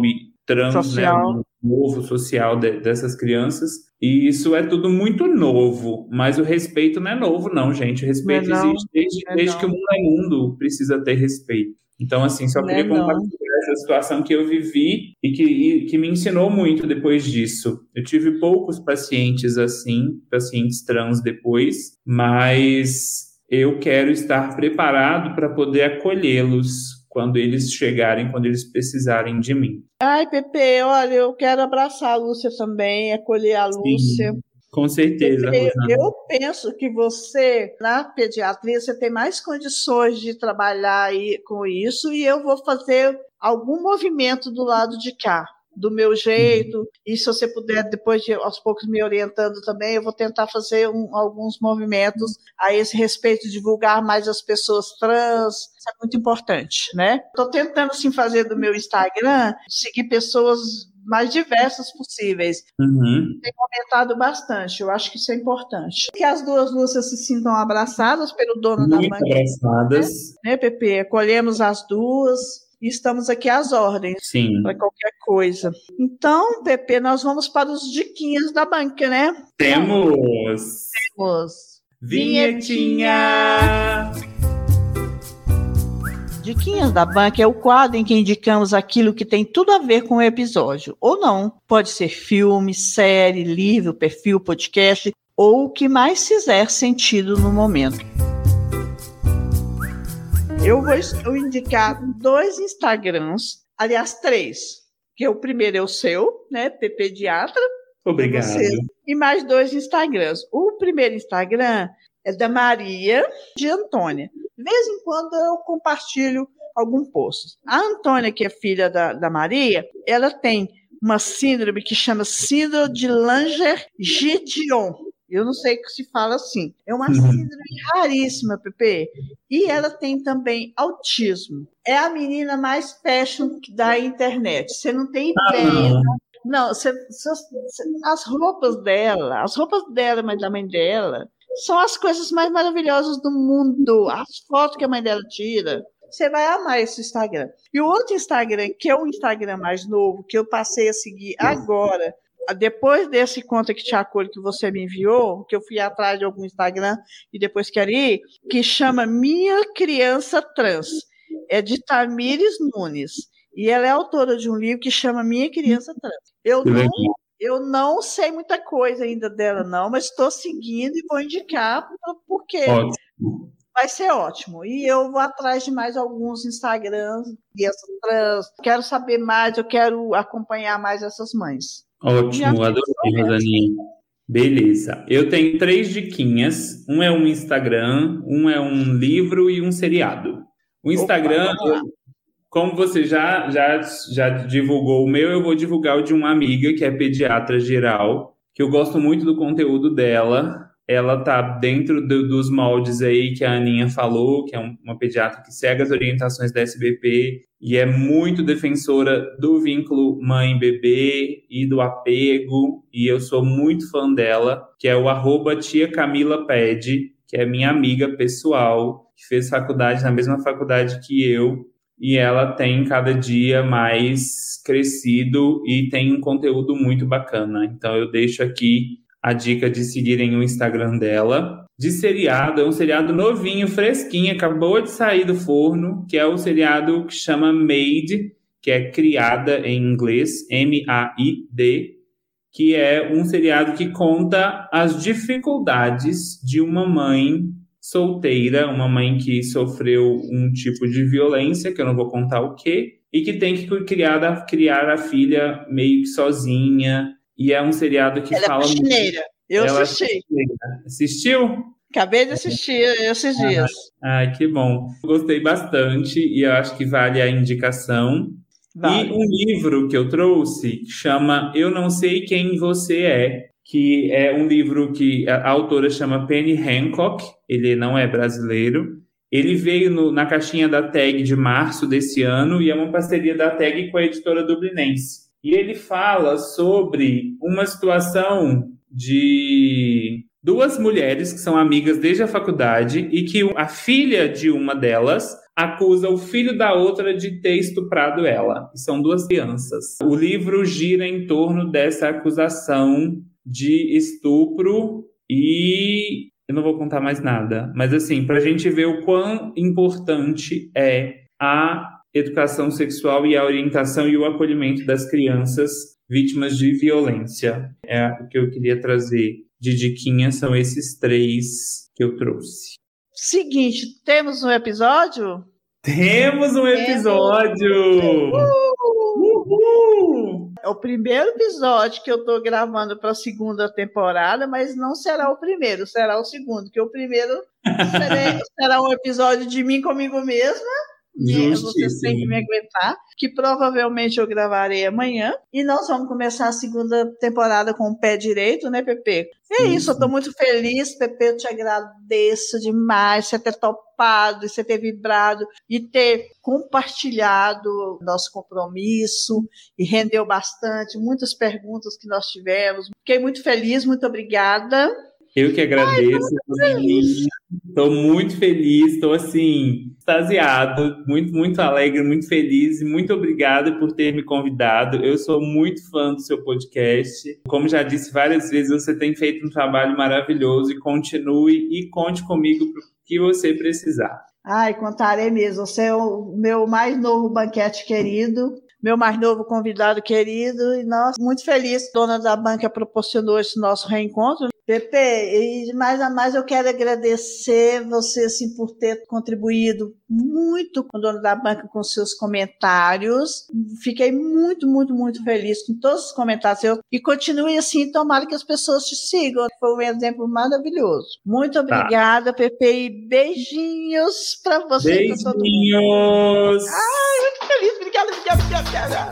trans, social. né, um novo social de, dessas crianças. E isso é tudo muito novo, mas o respeito não é novo, não, gente. O respeito Não é não, existe desde, não é desde não. que o mundo é mundo, precisa ter respeito. Então, assim, só Não queria é não. compartilhar essa situação que eu vivi e que, e que me ensinou muito depois disso. Eu tive poucos pacientes assim, pacientes trans depois, mas eu quero estar preparado para poder acolhê-los quando eles chegarem, quando eles precisarem de mim. Ai, Pepe, olha, eu quero abraçar a Lúcia também, acolher a Lúcia. Sim, com certeza, Pepe, Rosana. eu penso que você, na pediatria, você tem mais condições de trabalhar aí com isso e eu vou fazer algum movimento do lado de cá, do meu jeito, e se você puder, depois de aos poucos me orientando também, eu vou tentar fazer um, alguns movimentos a esse respeito, divulgar mais as pessoas trans, isso é muito importante, né? Estou tentando, assim, fazer do meu Instagram, seguir pessoas mais diversas possíveis. Uhum. Tem aumentado bastante, eu acho que isso é importante. Que as duas Lúcias se sintam abraçadas pelo dono Muito da banca, abraçadas. né, Pepe? Acolhemos as duas. E estamos aqui às ordens Sim. para qualquer coisa. Então, Pepe, nós vamos para os diquinhas da banca, né? Temos Vamos. vinhetinha. Diquinhas da banca é o quadro em que indicamos aquilo que tem tudo a ver com o episódio, ou não. Pode ser filme, série, livro, perfil, podcast, ou o que mais fizer sentido no momento. Eu vou eu indicar dois Instagrams, aliás, três, que o primeiro é o seu, né, Pepediatra. Obrigado. Você, e mais dois Instagrams. O primeiro Instagram é da Maria de Antônia. De vez em quando eu compartilho algum post. A Antônia, que é filha da, da Maria, ela tem uma síndrome que chama Síndrome de Langer-Gideon. Eu não sei o que se fala assim. É uma síndrome raríssima, Pepe. E ela tem também autismo. É a menina mais fashion da internet. Você não tem ideia. Ah, Não, você, você, as roupas dela, as roupas dela, mas da mãe dela, são as coisas mais maravilhosas do mundo. As fotos que a mãe dela tira. Você vai amar esse Instagram. E o outro Instagram, que é o Instagram mais novo, que eu passei a seguir agora, depois desse conta que te acolhe que você me enviou, que eu fui atrás de algum Instagram e depois quero ir, que chama Minha Criança Trans. É de Tamires Nunes. E ela é autora de um livro que chama Minha Criança Trans. Eu não, eu não sei muita coisa ainda dela, não, mas estou seguindo e vou indicar porque ótimo. Vai ser ótimo. E eu vou atrás de mais alguns Instagrams de crianças trans. Quero saber mais, eu quero acompanhar mais essas mães. Ótimo, adorei, Rosaninha. Beleza. Eu tenho três diquinhas. Um é um Instagram, um é um livro e um seriado. O Instagram, Opa, eu, como você já, já, já divulgou o meu, eu vou divulgar o de uma amiga que é pediatra geral, que eu gosto muito do conteúdo dela. Ela tá dentro do, dos moldes aí que a Aninha falou, que é um, uma pediatra que segue as orientações da S B P e é muito defensora do vínculo mãe-bebê e do apego, e eu sou muito fã dela, que é o arroba tia Camila Pede, que é minha amiga pessoal, que fez faculdade na mesma faculdade que eu, e ela tem cada dia mais crescido e tem um conteúdo muito bacana. Então eu deixo aqui a dica de seguirem o Instagram dela. De seriado, é um seriado novinho, fresquinho, acabou de sair do forno, que é o seriado que chama Made, que é criada em inglês, M A I D, que é um seriado que conta as dificuldades de uma mãe solteira, uma mãe que sofreu um tipo de violência, que eu não vou contar o quê, e que tem que criar a, criar a filha meio que sozinha. E é um seriado que Ela fala... é faxineira. Eu Ela assisti. É Assistiu? Acabei de assistir esses dias. Ai, que bom. Gostei bastante e eu acho que vale a indicação. Vale. E um livro que eu trouxe chama Eu Não Sei Quem Você É, que é um livro que a autora chama Penny Hancock, ele não é brasileiro. Ele veio no, na caixinha da Tag de março desse ano e é uma parceria da Tag com a editora dublinense. E ele fala sobre uma situação de duas mulheres que são amigas desde a faculdade e que a filha de uma delas acusa o filho da outra de ter estuprado ela. São duas crianças. O livro gira em torno dessa acusação de estupro e... eu não vou contar mais nada. Mas assim, pra gente ver o quão importante é a educação sexual e a orientação e o acolhimento das crianças vítimas de violência. É o que eu queria trazer de diquinha, são esses três que eu trouxe. Seguinte, temos um episódio? Temos um episódio! Uhul! Uhul! É o primeiro episódio que eu tô gravando para a segunda temporada, mas não será o primeiro, será o segundo, que o primeiro será, será um episódio de mim comigo mesma. Né? Vocês têm que me aguentar, que provavelmente eu gravarei amanhã. E nós vamos começar a segunda temporada com o pé direito, né, Pepe? É sim, isso, sim. Eu tô muito feliz, Pepe, eu te agradeço demais você ter topado, você ter vibrado e ter compartilhado o nosso compromisso e rendeu bastante, muitas perguntas que nós tivemos. Fiquei muito feliz, muito obrigada. Eu que agradeço. Estou muito feliz, estou assim, extasiado, muito, muito alegre, muito feliz e muito obrigado por ter me convidado. Eu sou muito fã do seu podcast. Como já disse várias vezes, você tem feito um trabalho maravilhoso e continue e conte comigo para o que você precisar. Ai, contarei mesmo. Você é o meu mais novo banquete querido. Meu mais novo convidado querido, e nós muito feliz, Dona da Banca proporcionou esse nosso reencontro. Pepe, e mais a mais eu quero agradecer você assim, por ter contribuído muito com a Dona da Banca com seus comentários. Fiquei muito, muito, muito feliz com todos os comentários seus. E continue assim, tomara que as pessoas te sigam. Foi um exemplo maravilhoso. Muito obrigada, tá. Pepe, e beijinhos para você. Beijinhos! Pra todo mundo. Ai, muito feliz. Obrigada, obrigada, obrigada.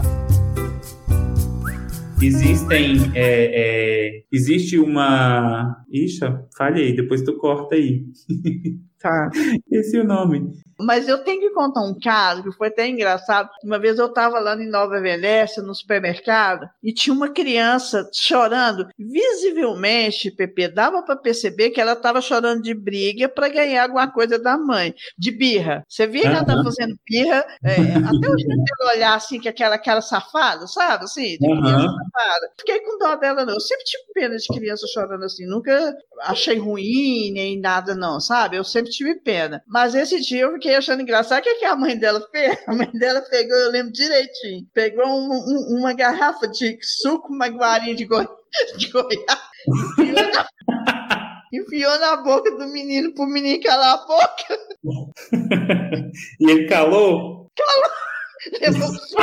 Existem, é, é, existe uma... Ixi, falhei, depois tu corta aí. Tá. Esse é o nome. Mas eu tenho que contar um caso que foi até engraçado. Uma vez eu estava lá em Nova Venécia, no supermercado, e tinha uma criança chorando. Visivelmente, Pepe, dava para perceber que ela estava chorando de briga para ganhar alguma coisa da mãe, de birra. Você via que ela estava fazendo birra, é, até o jeito dela olhar assim, que aquela cara safada, sabe? Assim, de criança uhum. safada. Fiquei com dó dela, não. Eu sempre tive pena de criança chorando assim. Nunca achei ruim, nem nada, não, sabe? Eu sempre tive pena. Mas esse dia eu fiquei achando engraçado. O que, é que a mãe dela fez? A mãe dela pegou, eu lembro direitinho, pegou um, um, uma garrafa de suco maguari de, Goi... de Goiás, enfiou na... enfiou na boca do menino pro menino calar a boca. E ele calou? Calou. Levou o suco.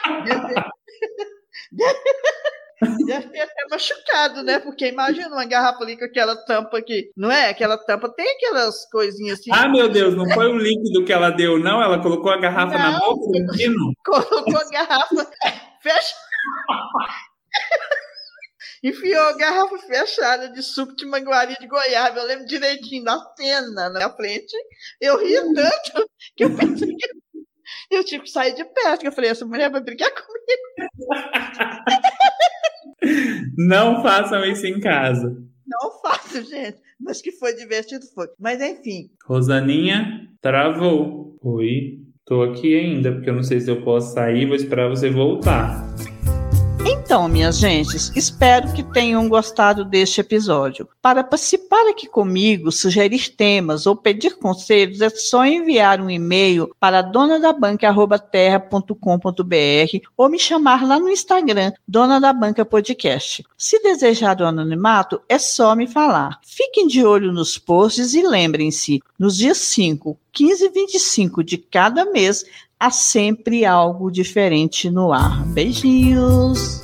Deve ter até machucado, né? Porque imagina uma garrafa ali com aquela tampa aqui. Não é? Aquela tampa tem aquelas coisinhas assim. Ah, meu Deus, não foi o líquido que ela deu, não? Ela colocou a garrafa não, na boca do menino? Colocou a garrafa fechada. Enfiou a garrafa fechada de suco de manguari de goiaba. Eu lembro direitinho da cena na frente. Eu ri tanto que eu pensei que eu tive que sair de perto. Eu falei, essa mulher vai brigar comigo. Não façam isso em casa. Não façam, gente. Mas que foi divertido, foi. Mas enfim. Rosaninha, travou. Oi, tô aqui ainda, porque eu não sei se eu posso sair. Vou esperar você voltar. Então, minhas gentes, espero que tenham gostado deste episódio. Para participar aqui comigo, sugerir temas ou pedir conselhos, é só enviar um e-mail para donadabanca arroba terra ponto com ponto br ou me chamar lá no Instagram, Dona da Banca Podcast. Se desejar o anonimato, é só me falar. Fiquem de olho nos posts e lembrem-se, nos dias cinco, quinze e vinte e cinco de cada mês, há sempre algo diferente no ar. Beijinhos!